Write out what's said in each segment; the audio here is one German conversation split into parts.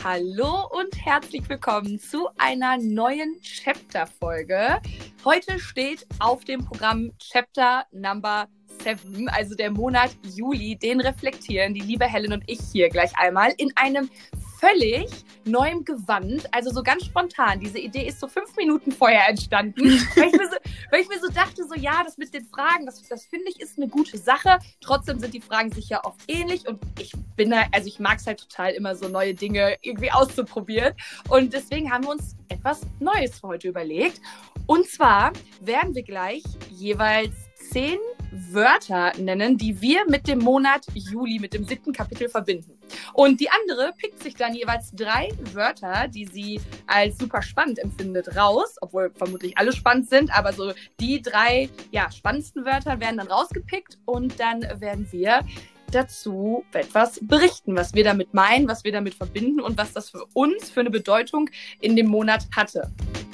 Hallo und herzlich willkommen zu einer neuen Chapter-Folge. Heute steht auf dem Programm Chapter Number 7, also der Monat Juli. Den reflektieren die liebe Helen und ich hier gleich einmal in einem völlig neuem Gewand, also so ganz spontan. Diese Idee ist so 5 Minuten vorher entstanden, weil ich mir so dachte, so ja, das mit den Fragen, das finde ich ist eine gute Sache. Trotzdem sind die Fragen sicher oft ähnlich und ich mag es halt total immer so neue Dinge irgendwie auszuprobieren. Und deswegen haben wir uns etwas Neues für heute überlegt. Und zwar werden wir gleich jeweils 10 Wörter nennen, die wir mit dem Monat Juli, mit dem 7. Kapitel verbinden. Und die andere pickt sich dann jeweils 3 Wörter, die sie als super spannend empfindet, raus, obwohl vermutlich alle spannend sind, aber so die 3 spannendsten Wörter werden dann rausgepickt und dann werden wir dazu etwas berichten, was wir damit meinen, was wir damit verbinden und was das für uns für eine Bedeutung in dem Monat hatte.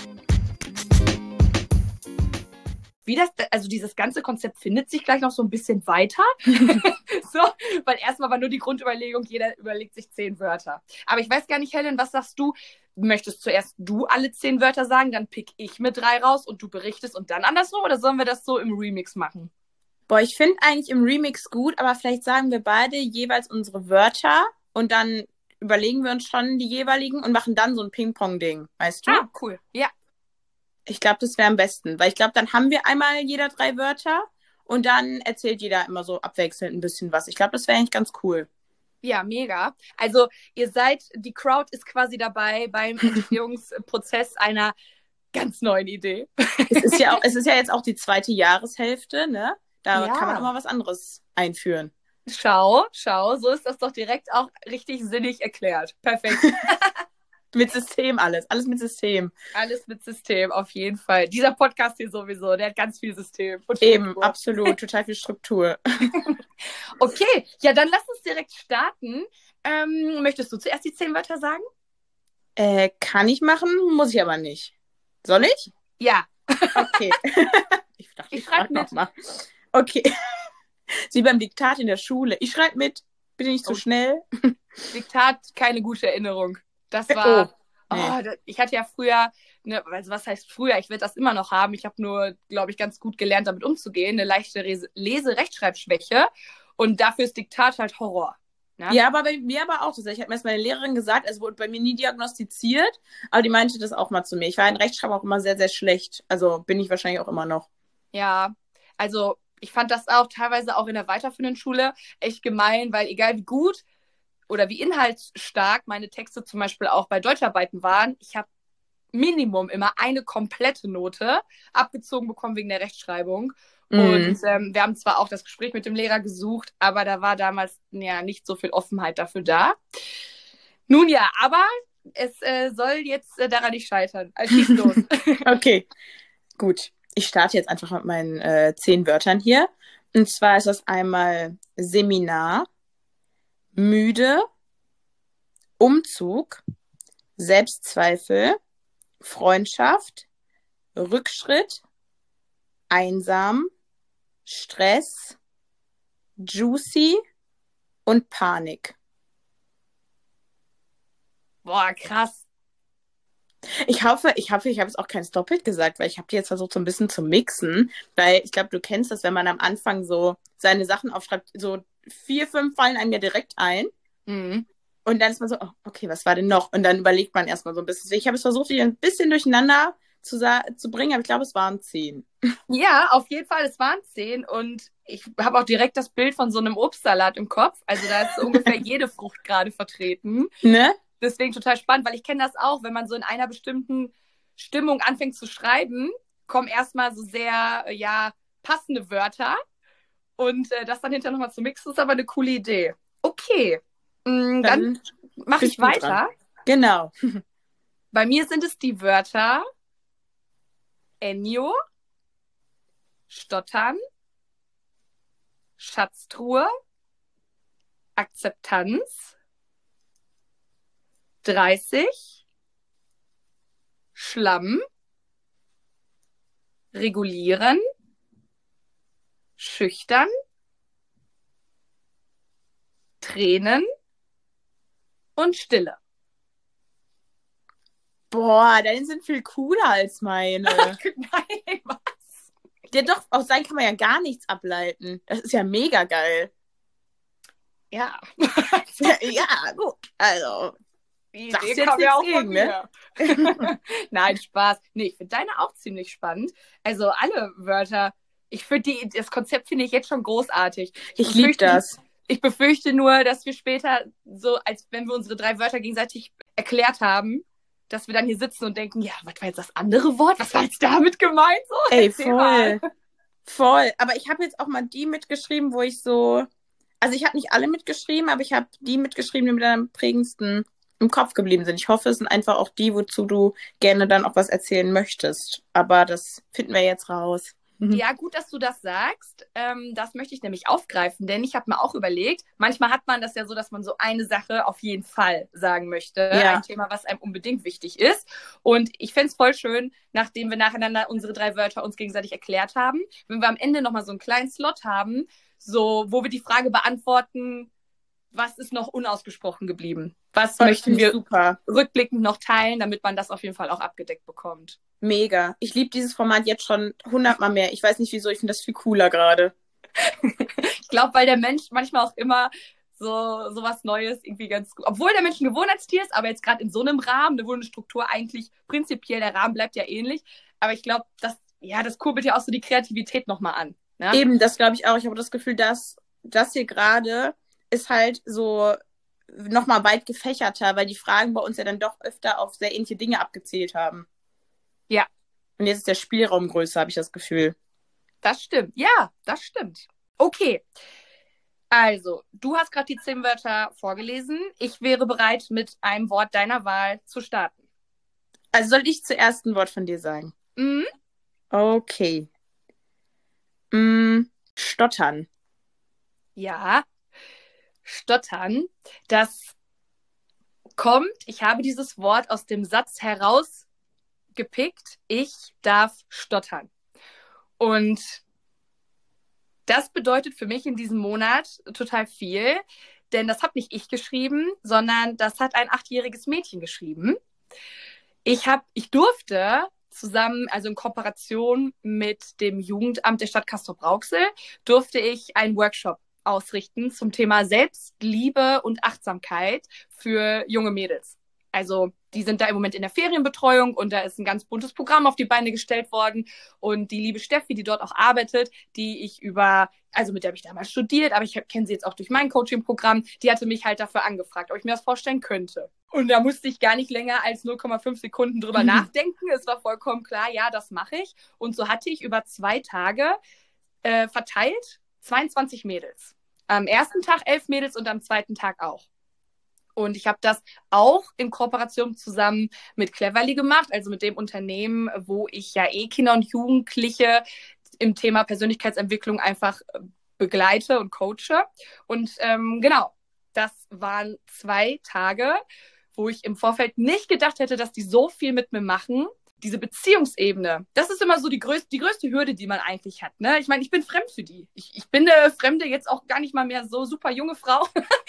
Dieses ganze Konzept findet sich gleich noch so ein bisschen weiter. So, weil erstmal war nur die Grundüberlegung, jeder überlegt sich 10 Wörter. Aber ich weiß gar nicht, Helen, was sagst du? Möchtest zuerst du alle 10 Wörter sagen, dann pick ich mir 3 raus und du berichtest und dann andersrum? Oder sollen wir das so im Remix machen? Boah, ich finde eigentlich im Remix gut, aber vielleicht sagen wir beide jeweils unsere Wörter und dann überlegen wir uns schon die jeweiligen und machen dann so ein Ping-Pong-Ding, weißt du? Ah, cool. Ja. Ich glaube, das wäre am besten, weil ich glaube, dann haben wir einmal jeder 3 Wörter und dann erzählt jeder immer so abwechselnd ein bisschen was. Ich glaube, das wäre eigentlich ganz cool. Ja, mega. Also die Crowd ist quasi dabei beim Entstehungsprozess einer ganz neuen Idee. Es ist ja jetzt auch die 2. Jahreshälfte, ne? Da kann man immer was anderes einführen. Schau, so ist das doch direkt auch richtig sinnig erklärt. Perfekt. Mit System alles mit System. Alles mit System, auf jeden Fall. Dieser Podcast hier sowieso, der hat ganz viel System. Und eben, absolut, total viel Struktur. Okay, ja, dann lass uns direkt starten. Möchtest du zuerst die 10 Wörter sagen? Kann ich machen, muss ich aber nicht. Soll ich? Ja. Okay. Ich dachte, ich schreibe mit. Mal. Okay. Sie beim Diktat in der Schule. Ich schreibe mit. Bitte nicht zu schnell. Diktat, keine gute Erinnerung. Das war, ich hatte ja früher, also was heißt früher, ich werde das immer noch haben, ich habe nur, glaube ich, ganz gut gelernt, damit umzugehen, eine leichte Lese-Rechtschreibschwäche und dafür ist Diktat halt Horror. Ne? Ja, aber bei mir aber auch. Ich habe mir erst meine Lehrerin gesagt, es wurde bei mir nie diagnostiziert, aber die meinte das auch mal zu mir. Ich war in Rechtschreibung auch immer sehr, sehr schlecht, also bin ich wahrscheinlich auch immer noch. Ja, also ich fand das auch teilweise auch in der weiterführenden Schule echt gemein, weil egal wie gut oder wie inhaltsstark meine Texte zum Beispiel auch bei Deutscharbeiten waren, ich habe Minimum immer eine komplette Note abgezogen bekommen wegen der Rechtschreibung. Und wir haben zwar auch das Gespräch mit dem Lehrer gesucht, aber da war damals nicht so viel Offenheit dafür da. Nun ja, aber es soll jetzt daran nicht scheitern. Also schieß los. Okay, gut. Ich starte jetzt einfach mit meinen 10 Wörtern hier. Und zwar ist das einmal Seminar, müde, Umzug, Selbstzweifel, Freundschaft, Rückschritt, einsam, Stress, juicy und Panik. Boah, krass. Ich hoffe, ich habe jetzt auch kein Doppelt gesagt, weil ich habe die jetzt versucht, so ein bisschen zu mixen, weil ich glaube, du kennst das, wenn man am Anfang so seine Sachen aufschreibt, so 4, 5 fallen einem ja direkt ein. Mhm. Und dann ist man so, oh, okay, was war denn noch? Und dann überlegt man erstmal so ein bisschen. Ich habe es versucht, die ein bisschen durcheinander zu bringen, aber ich glaube, es waren 10. Ja, auf jeden Fall, es waren 10 und ich habe auch direkt das Bild von so einem Obstsalat im Kopf. Also da ist so ungefähr jede Frucht gerade vertreten. Ne? Deswegen total spannend, weil ich kenne das auch, wenn man so in einer bestimmten Stimmung anfängt zu schreiben, kommen erstmal so sehr, passende Wörter und das dann hinterher nochmal zu mixen, ist aber eine coole Idee. Okay, dann mache ich weiter. Dran. Genau. Bei mir sind es die Wörter Ennio, Stottern, Schatztruhe, Akzeptanz, 30, Schlamm, regulieren, schüchtern, Tränen und Stille. Boah, deine sind viel cooler als meine. Nein, was? Ja, doch, aus sein kann man ja gar nichts ableiten. Das ist ja mega geil. Ja. Ja, gut. Also, Die sagst Idee jetzt kam ja nichts auch von gegen, ne? mir. Nein, Spaß. Nee, ich finde deine auch ziemlich spannend. Also alle Wörter. Ich finde das Konzept finde ich jetzt schon großartig. Ich liebe das. Ich befürchte nur, dass wir später so, als wenn wir unsere 3 Wörter gegenseitig erklärt haben, dass wir dann hier sitzen und denken, ja, was war jetzt das andere Wort? Was war jetzt damit gemeint? So, Ey, erzähl mal. voll. Voll. Aber ich habe jetzt auch mal die mitgeschrieben, wo ich so. Also ich habe nicht alle mitgeschrieben, aber ich habe die mitgeschrieben, die mir dann am prägendsten im Kopf geblieben sind. Ich hoffe, es sind einfach auch die, wozu du gerne dann auch was erzählen möchtest. Aber das finden wir jetzt raus. Ja, gut, dass du das sagst. Das möchte ich nämlich aufgreifen, denn ich habe mir auch überlegt, manchmal hat man das ja so, dass man so eine Sache auf jeden Fall sagen möchte. Ja. Ein Thema, was einem unbedingt wichtig ist. Und ich fände es voll schön, nachdem wir nacheinander unsere 3 Wörter uns gegenseitig erklärt haben, wenn wir am Ende nochmal so einen kleinen Slot haben, so, wo wir die Frage beantworten, was ist noch unausgesprochen geblieben? Was möchten wir super. rückblickend noch teilen, damit man das auf jeden Fall auch abgedeckt bekommt? Mega. Ich liebe dieses Format jetzt schon 100-mal mehr. Ich weiß nicht wieso, ich finde das viel cooler gerade. Ich glaube, weil der Mensch manchmal auch immer so was Neues irgendwie ganz gut, obwohl der Mensch ein Gewohnheitstier ist, aber jetzt gerade in so einem Rahmen, wo eine Struktur eigentlich prinzipiell, der Rahmen bleibt ja ähnlich, aber ich glaube, das kurbelt ja auch so die Kreativität nochmal an. Ne? Eben, das glaube ich auch. Ich habe das Gefühl, dass das hier gerade ist halt so nochmal weit gefächerter, weil die Fragen bei uns ja dann doch öfter auf sehr ähnliche Dinge abgezielt haben. Ja. Und jetzt ist der Spielraum größer, habe ich das Gefühl. Das stimmt. Ja, das stimmt. Okay. Also, du hast gerade die 10 Wörter vorgelesen. Ich wäre bereit, mit einem Wort deiner Wahl zu starten. Also soll ich zuerst ein Wort von dir sagen? Mhm. Okay. Stottern. Ja, stottern. Das kommt, ich habe dieses Wort aus dem Satz herausgepickt. Ich darf stottern. Und das bedeutet für mich in diesem Monat total viel, denn das habe nicht ich geschrieben, sondern das hat ein 8-jähriges Mädchen geschrieben. Ich durfte zusammen, also in Kooperation mit dem Jugendamt der Stadt Castrop-Rauxel, durfte ich einen Workshop ausrichten zum Thema Selbstliebe und Achtsamkeit für junge Mädels. Also die sind da im Moment in der Ferienbetreuung und da ist ein ganz buntes Programm auf die Beine gestellt worden. Und die liebe Steffi, die dort auch arbeitet, mit der habe ich damals studiert, aber ich kenne sie jetzt auch durch mein Coaching-Programm, die hatte mich halt dafür angefragt, ob ich mir das vorstellen könnte. Und da musste ich gar nicht länger als 0,5 Sekunden drüber nachdenken. Es war vollkommen klar, ja, das mache ich. Und so hatte ich über 2 Tage verteilt 22 Mädels. Am ersten Tag 11 Mädels und am zweiten Tag auch. Und ich habe das auch in Kooperation zusammen mit Cleverly gemacht, also mit dem Unternehmen, wo ich ja Kinder und Jugendliche im Thema Persönlichkeitsentwicklung einfach begleite und coache. Und genau, das waren 2 Tage, wo ich im Vorfeld nicht gedacht hätte, dass die so viel mit mir machen. Diese Beziehungsebene, das ist immer so die größte Hürde, die man eigentlich hat. Ne? Ich meine, ich bin fremd für die. Ich bin eine Fremde, jetzt auch gar nicht mal mehr so super junge Frau.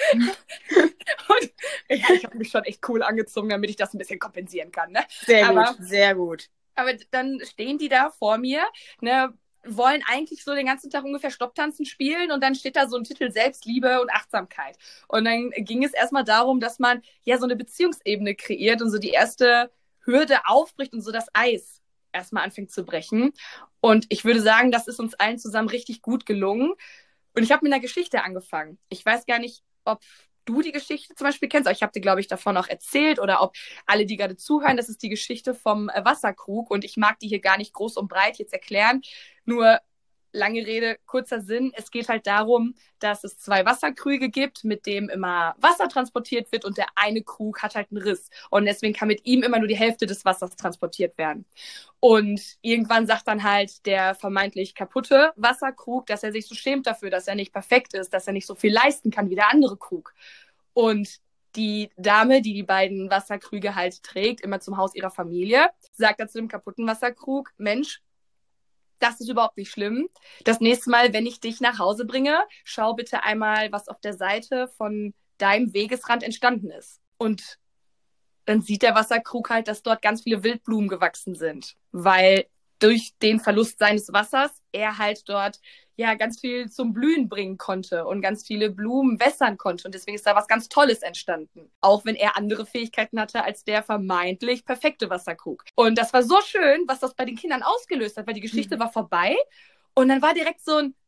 Und ich habe mich schon echt cool angezogen, damit ich das ein bisschen kompensieren kann. Ne? Sehr gut. Aber dann stehen die da vor mir, ne, wollen eigentlich so den ganzen Tag ungefähr Stopptanzen spielen und dann steht da so ein Titel Selbstliebe und Achtsamkeit. Und dann ging es erstmal darum, dass man ja so eine Beziehungsebene kreiert und so die erste Hürde aufbricht und so das Eis erstmal anfängt zu brechen. Und ich würde sagen, das ist uns allen zusammen richtig gut gelungen. Und ich habe mit einer Geschichte angefangen. Ich weiß gar nicht, ob du die Geschichte zum Beispiel kennst, aber ich habe dir, glaube ich, davon auch erzählt oder ob alle, die gerade zuhören, das ist die Geschichte vom Wasserkrug und ich mag die hier gar nicht groß und breit jetzt erklären, nur lange Rede, kurzer Sinn. Es geht halt darum, dass es 2 Wasserkrüge gibt, mit dem immer Wasser transportiert wird und der eine Krug hat halt einen Riss. Und deswegen kann mit ihm immer nur die Hälfte des Wassers transportiert werden. Und irgendwann sagt dann halt der vermeintlich kaputte Wasserkrug, dass er sich so schämt dafür, dass er nicht perfekt ist, dass er nicht so viel leisten kann wie der andere Krug. Und die Dame, die beiden Wasserkrüge halt trägt, immer zum Haus ihrer Familie, sagt dann zu dem kaputten Wasserkrug, Mensch, das ist überhaupt nicht schlimm. Das nächste Mal, wenn ich dich nach Hause bringe, schau bitte einmal, was auf der Seite von deinem Wegesrand entstanden ist. Und dann sieht der Wasserkrug halt, dass dort ganz viele Wildblumen gewachsen sind, weil durch den Verlust seines Wassers er halt dort ja ganz viel zum Blühen bringen konnte und ganz viele Blumen wässern konnte. Und deswegen ist da was ganz Tolles entstanden. Auch wenn er andere Fähigkeiten hatte als der vermeintlich perfekte Wasserkrug. Und das war so schön, was das bei den Kindern ausgelöst hat, weil die Geschichte war vorbei. Und dann war direkt so ein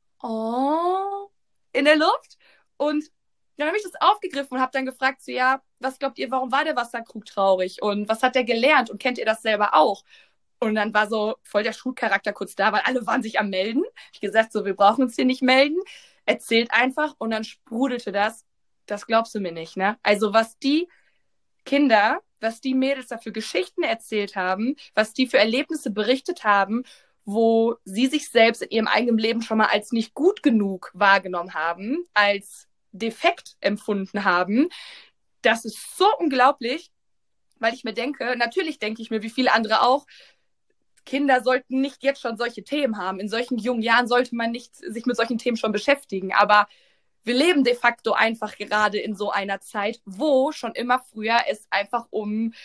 Oh in der Luft. Und dann habe ich das aufgegriffen und habe dann gefragt, so ja, was glaubt ihr, warum war der Wasserkrug traurig? Und was hat er gelernt? Und kennt ihr das selber auch? Und dann war so voll der Schulcharakter kurz da, weil alle waren sich am Melden. Ich gesagt, so, wir brauchen uns hier nicht melden. Erzählt einfach. Und dann sprudelte das. Das glaubst du mir nicht, ne? Also was die Kinder, was die Mädels da für Geschichten erzählt haben, was die für Erlebnisse berichtet haben, wo sie sich selbst in ihrem eigenen Leben schon mal als nicht gut genug wahrgenommen haben, als defekt empfunden haben, das ist so unglaublich, weil ich mir denke, natürlich denke ich mir, wie viele andere auch, Kinder sollten nicht jetzt schon solche Themen haben. In solchen jungen Jahren sollte man nicht sich mit solchen Themen schon beschäftigen. Aber wir leben de facto einfach gerade in so einer Zeit, wo schon immer früher es einfach um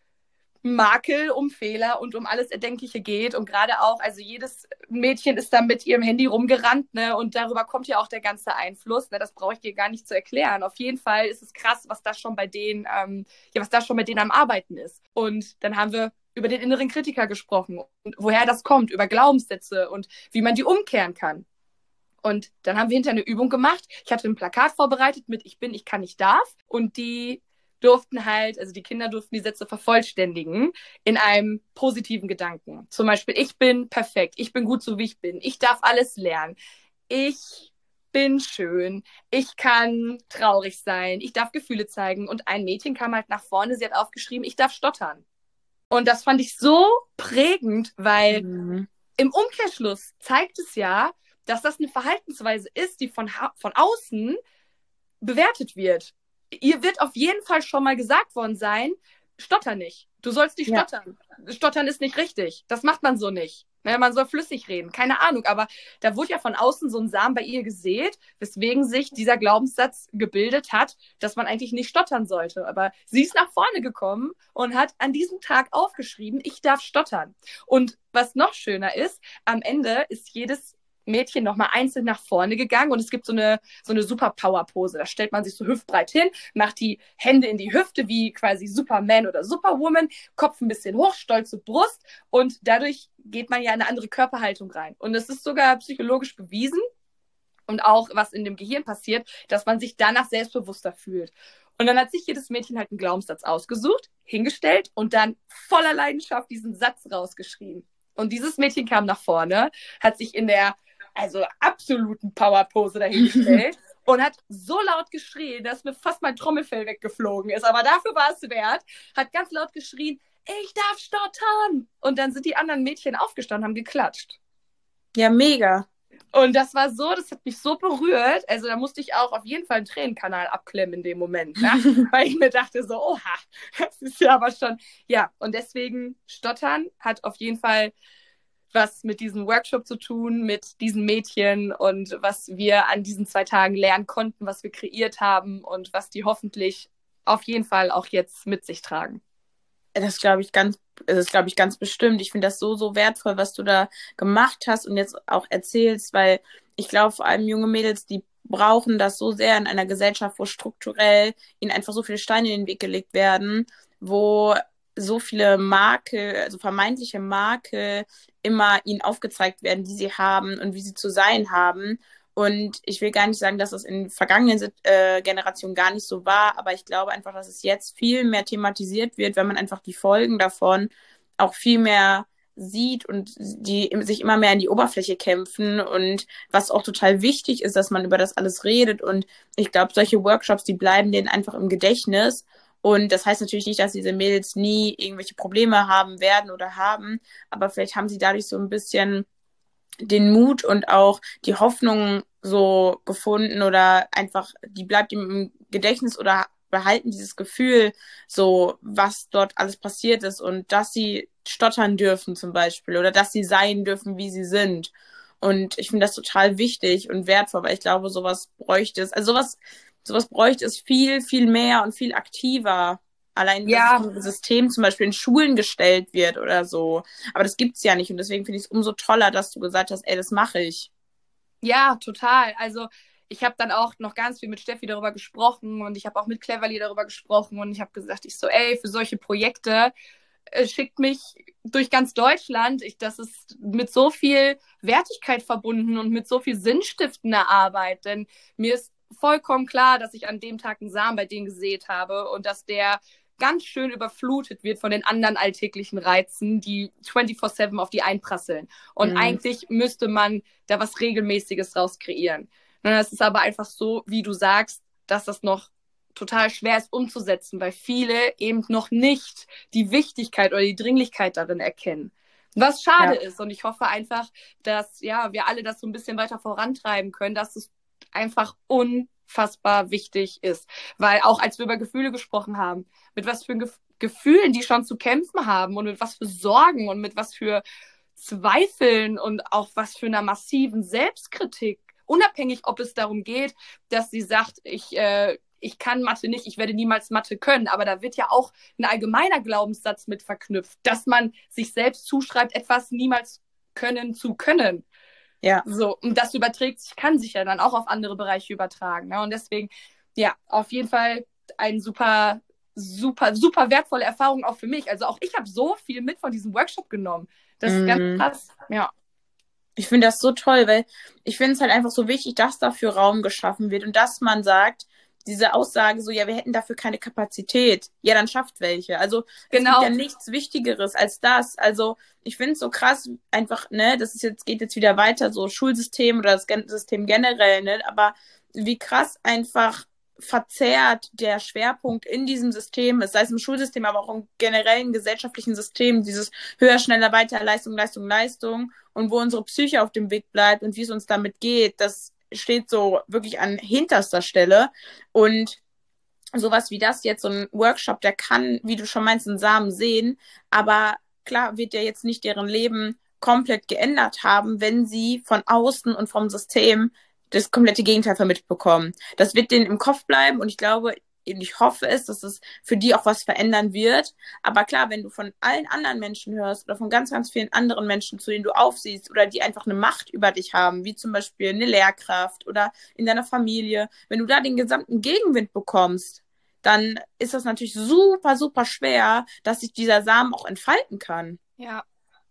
Makel, um Fehler und um alles Erdenkliche geht. Und gerade auch, also jedes Mädchen ist da mit ihrem Handy rumgerannt, ne? Und darüber kommt ja auch der ganze Einfluss. Ne? Das brauche ich dir gar nicht zu erklären. Auf jeden Fall ist es krass, was da schon bei denen, was da schon bei denen am Arbeiten ist. Und dann haben wir über den inneren Kritiker gesprochen und woher das kommt, über Glaubenssätze und wie man die umkehren kann. Und dann haben wir hinterher eine Übung gemacht. Ich hatte ein Plakat vorbereitet mit Ich bin, ich kann, ich darf. Und die durften halt, also die Kinder durften die Sätze vervollständigen in einem positiven Gedanken. Zum Beispiel, ich bin perfekt, ich bin gut so, wie ich bin, ich darf alles lernen, ich bin schön, ich kann traurig sein, ich darf Gefühle zeigen. Und ein Mädchen kam halt nach vorne, sie hat aufgeschrieben, ich darf stottern. Und das fand ich so prägend, weil im Umkehrschluss zeigt es ja, dass das eine Verhaltensweise ist, die von außen bewertet wird. Ihr wird auf jeden Fall schon mal gesagt worden sein, stotter nicht. Du sollst nicht stottern. Stottern ist nicht richtig. Das macht man so nicht. Man soll flüssig reden. Keine Ahnung. Aber da wurde ja von außen so ein Samen bei ihr gesät, weswegen sich dieser Glaubenssatz gebildet hat, dass man eigentlich nicht stottern sollte. Aber sie ist nach vorne gekommen und hat an diesem Tag aufgeschrieben, ich darf stottern. Und was noch schöner ist, am Ende ist jedes Mädchen nochmal einzeln nach vorne gegangen und es gibt so eine Superpower-Pose. Da stellt man sich so hüftbreit hin, macht die Hände in die Hüfte wie quasi Superman oder Superwoman, Kopf ein bisschen hoch, stolze Brust und dadurch geht man ja in eine andere Körperhaltung rein. Und es ist sogar psychologisch bewiesen und auch was in dem Gehirn passiert, dass man sich danach selbstbewusster fühlt. Und dann hat sich jedes Mädchen halt einen Glaubenssatz ausgesucht, hingestellt und dann voller Leidenschaft diesen Satz rausgeschrieben. Und dieses Mädchen kam nach vorne, hat sich in der absoluten Powerpose dahingestellt und hat so laut geschrien, dass mir fast mein Trommelfell weggeflogen ist. Aber dafür war es wert. Hat ganz laut geschrien, ich darf stottern. Und dann sind die anderen Mädchen aufgestanden, haben geklatscht. Ja, mega. Und das war so, das hat mich so berührt. Also da musste ich auch auf jeden Fall einen Tränenkanal abklemmen in dem Moment. Ne? Weil ich mir dachte so, oha, das ist ja aber schon... Ja, und deswegen Stottern hat auf jeden Fall was mit diesem Workshop zu tun, mit diesen Mädchen und was wir an diesen 2 Tagen lernen konnten, was wir kreiert haben und was die hoffentlich auf jeden Fall auch jetzt mit sich tragen. Das glaube ich ganz bestimmt. Ich finde das so, so wertvoll, was du da gemacht hast und jetzt auch erzählst, weil ich glaube, vor allem junge Mädels, die brauchen das so sehr in einer Gesellschaft, wo strukturell ihnen einfach so viele Steine in den Weg gelegt werden, wo so viele Makel, also vermeintliche Makel, immer ihnen aufgezeigt werden, die sie haben und wie sie zu sein haben. Und ich will gar nicht sagen, dass das in vergangenen Generationen gar nicht so war, aber ich glaube einfach, dass es jetzt viel mehr thematisiert wird, wenn man einfach die Folgen davon auch viel mehr sieht und die sich immer mehr in die Oberfläche kämpfen und was auch total wichtig ist, dass man über das alles redet. Und ich glaube, solche Workshops, die bleiben denen einfach im Gedächtnis. Und das heißt natürlich nicht, dass diese Mädels nie irgendwelche Probleme haben werden oder haben, aber vielleicht haben sie dadurch so ein bisschen den Mut und auch die Hoffnung so gefunden oder einfach, die bleibt ihm im Gedächtnis oder behalten dieses Gefühl, so was dort alles passiert ist und dass sie stottern dürfen zum Beispiel oder dass sie sein dürfen, wie sie sind. Und ich finde das total wichtig und wertvoll, weil ich glaube, sowas bräuchte es. Also sowas bräuchte es viel, viel mehr und viel aktiver. Allein, dass Ja, so ein System zum Beispiel in Schulen gestellt wird oder so. Aber das gibt's ja nicht. Und deswegen finde ich es umso toller, dass du gesagt hast, ey, das mache ich. ja, total. Also ich habe dann auch noch ganz viel mit Steffi darüber gesprochen und ich habe auch mit Cleverly darüber gesprochen und ich habe gesagt, ich so, ey, für solche Projekte schickt mich durch ganz Deutschland. Das ist mit so viel Wertigkeit verbunden und mit so viel sinnstiftender Arbeit. Denn mir ist vollkommen klar, dass ich an dem Tag einen Samen bei denen gesät habe und dass der ganz schön überflutet wird von den anderen alltäglichen Reizen, die 24/7 auf die einprasseln. Und Mhm. eigentlich müsste man da was Regelmäßiges raus kreieren. Es ist aber einfach so, wie du sagst, dass das noch total schwer ist umzusetzen, weil viele eben noch nicht die Wichtigkeit oder die Dringlichkeit darin erkennen. Was schade Ja. ist. Und ich hoffe einfach, dass ja, wir alle das so ein bisschen weiter vorantreiben können, dass es einfach unfassbar wichtig ist. Weil auch als wir über Gefühle gesprochen haben, mit was für Gefühlen die schon zu kämpfen haben und mit was für Sorgen und mit was für Zweifeln und auch was für einer massiven Selbstkritik, unabhängig, ob es darum geht, dass sie sagt, ich kann Mathe nicht, ich werde niemals Mathe können, aber da wird ja auch ein allgemeiner Glaubenssatz mit verknüpft, dass man sich selbst zuschreibt, etwas niemals können zu können. Ja. So, und das kann sich ja dann auch auf andere Bereiche übertragen. Ne? Und deswegen, ja, auf jeden Fall ein super, super, super wertvolle Erfahrung auch für mich. Also auch ich habe so viel mit von diesem Workshop genommen. Das ist ganz krass, ja. Ich finde das so toll, weil ich finde es halt einfach so wichtig, dass dafür Raum geschaffen wird und dass man sagt, diese Aussage so, ja, wir hätten dafür keine Kapazität. Ja, dann schafft welche. Also es gibt ja nichts Wichtigeres als das. Also ich finde es so krass, einfach, ne, geht jetzt wieder weiter, so Schulsystem oder das System generell, ne, aber wie krass einfach verzerrt der Schwerpunkt in diesem System ist, sei es im Schulsystem, aber auch im generellen gesellschaftlichen System, dieses höher, schneller, weiter, Leistung, Leistung, Leistung und wo unsere Psyche auf dem Weg bleibt und wie es uns damit geht, das steht so wirklich an hinterster Stelle. Und sowas wie das jetzt, so ein Workshop, der kann, wie du schon meinst, einen Samen sehen, aber klar wird der jetzt nicht deren Leben komplett geändert haben, wenn sie von außen und vom System das komplette Gegenteil vermittelt bekommen. Das wird denen im Kopf bleiben und ich glaube, ich hoffe es, dass es für die auch was verändern wird. Aber klar, wenn du von allen anderen Menschen hörst oder von ganz, ganz vielen anderen Menschen, zu denen du aufsiehst oder die einfach eine Macht über dich haben, wie zum Beispiel eine Lehrkraft oder in deiner Familie, wenn du da den gesamten Gegenwind bekommst, dann ist das natürlich super, super schwer, dass sich dieser Samen auch entfalten kann. Ja.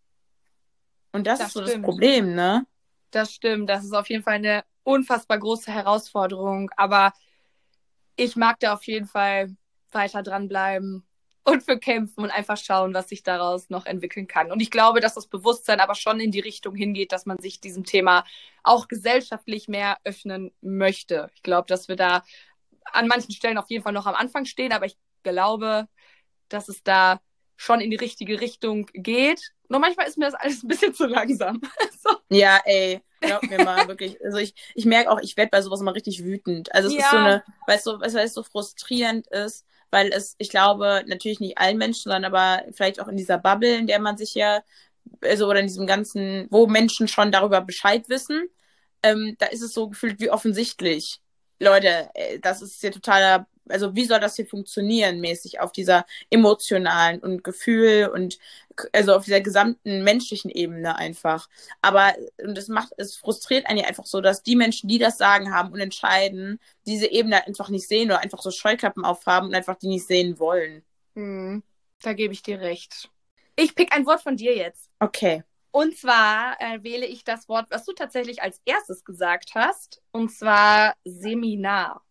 Und das ist so das Problem, ne? Das stimmt. Das ist auf jeden Fall eine unfassbar große Herausforderung. Aber ich mag da auf jeden Fall weiter dranbleiben und für kämpfen und einfach schauen, was sich daraus noch entwickeln kann. Und ich glaube, dass das Bewusstsein aber schon in die Richtung hingeht, dass man sich diesem Thema auch gesellschaftlich mehr öffnen möchte. Ich glaube, dass wir da an manchen Stellen auf jeden Fall noch am Anfang stehen, aber ich glaube, dass es da schon in die richtige Richtung geht. Nur manchmal ist mir das alles ein bisschen zu langsam. So. Ja, ey, glaub mir mal, wirklich. Also ich merke auch, ich werde bei sowas immer richtig wütend. Also es ist so eine, weil es so frustrierend ist, weil ich glaube, natürlich nicht allen Menschen, sondern aber vielleicht auch in dieser Bubble, in der man sich ja, also oder in diesem ganzen, wo Menschen schon darüber Bescheid wissen, da ist es so gefühlt wie offensichtlich. Leute, das ist hier totaler, also wie soll das hier funktionieren mäßig auf dieser emotionalen und Gefühl und also auf dieser gesamten menschlichen Ebene einfach. Aber und es frustriert einen ja einfach so, dass die Menschen, die das Sagen haben und entscheiden, diese Ebene einfach nicht sehen oder einfach so Scheuklappen aufhaben und einfach die nicht sehen wollen. Da gebe ich dir recht. Ich pick ein Wort von dir jetzt. Okay. Und zwar wähle ich das Wort, was du tatsächlich als erstes gesagt hast, und zwar Seminar.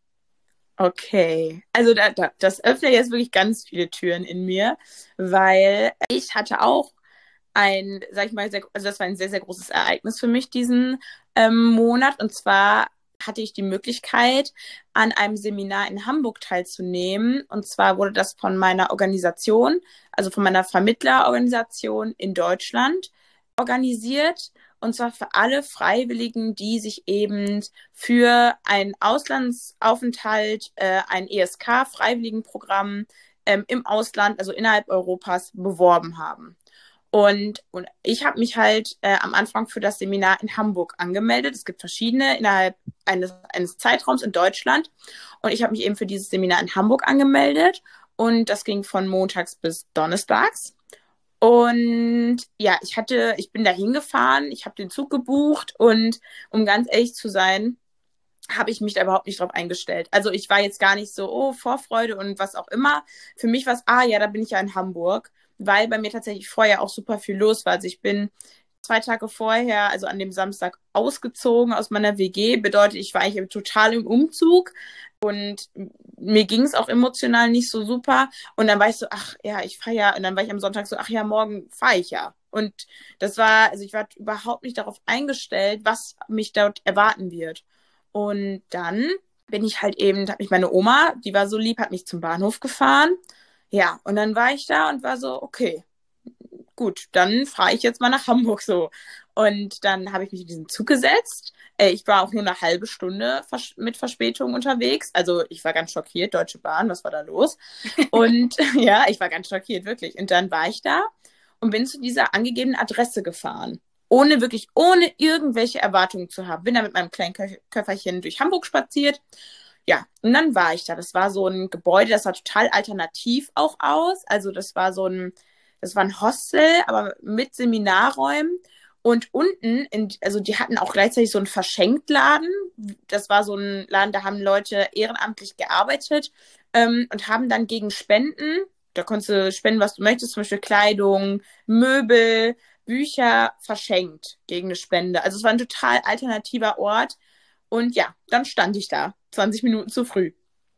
Okay, also das öffnet jetzt wirklich ganz viele Türen in mir, weil ich hatte auch sag ich mal, also das war ein sehr, sehr großes Ereignis für mich diesen Monat. Und zwar hatte ich die Möglichkeit, an einem Seminar in Hamburg teilzunehmen. Und zwar wurde das von meiner Organisation, also von meiner Vermittlerorganisation in Deutschland organisiert. Und zwar für alle Freiwilligen, die sich eben für einen Auslandsaufenthalt, ein ESK-Freiwilligenprogramm im Ausland, also innerhalb Europas, beworben haben. Und ich habe mich halt am Anfang für das Seminar in Hamburg angemeldet. Es gibt verschiedene innerhalb eines Zeitraums in Deutschland. Und ich habe mich eben für dieses Seminar in Hamburg angemeldet. Und das ging von montags bis donnerstags. Und ja, ich bin da hingefahren, ich habe den Zug gebucht und um ganz ehrlich zu sein, habe ich mich da überhaupt nicht drauf eingestellt. Also ich war jetzt gar nicht so, oh, Vorfreude und was auch immer. Für mich war es, ja, da bin ich ja in Hamburg, weil bei mir tatsächlich vorher auch super viel los war. Also ich bin 2 Tage vorher, also an dem Samstag, ausgezogen aus meiner WG. Bedeutet, ich war eigentlich total im Umzug und mir ging es auch emotional nicht so super. Und dann war ich so, ach ja, ich fahre ja. Und dann war ich am Sonntag so, ach ja, morgen fahre ich ja. Und also ich war überhaupt nicht darauf eingestellt, was mich dort erwarten wird. Und dann bin ich halt eben, hat mich meine Oma, die war so lieb, hat mich zum Bahnhof gefahren. Ja, und dann war ich da und war so, okay, gut, dann fahre ich jetzt mal nach Hamburg so. Und dann habe ich mich in diesen Zug gesetzt. Ich war auch nur eine halbe Stunde mit Verspätung unterwegs. Also ich war ganz schockiert, Deutsche Bahn, was war da los? Und ja, ich war ganz schockiert, wirklich. Und dann war ich da und bin zu dieser angegebenen Adresse gefahren. Ohne irgendwelche Erwartungen zu haben. Bin da mit meinem kleinen Köfferchen durch Hamburg spaziert. Ja, und dann war ich da. Das war so ein Gebäude, das sah total alternativ auch aus. Also das war ein Hostel, aber mit Seminarräumen. Und unten, also die hatten auch gleichzeitig so einen Verschenkladen. Das war so ein Laden, da haben Leute ehrenamtlich gearbeitet und haben dann gegen Spenden, da konntest du spenden, was du möchtest, zum Beispiel Kleidung, Möbel, Bücher verschenkt gegen eine Spende. Also es war ein total alternativer Ort. Und ja, dann stand ich da, 20 Minuten zu früh.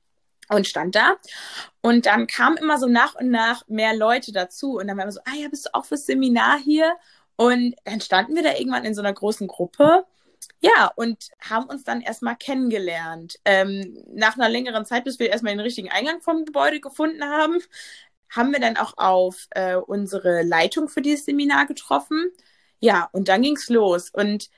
Und stand da. Und dann kamen immer so nach und nach mehr Leute dazu. Und dann war immer so, ja, bist du auch fürs Seminar hier? Und dann standen wir da irgendwann in so einer großen Gruppe. Ja, und haben uns dann erstmal kennengelernt. Nach einer längeren Zeit, bis wir erstmal den richtigen Eingang vom Gebäude gefunden haben wir dann auch auf unsere Leitung für dieses Seminar getroffen. Ja, und dann ging's los. Und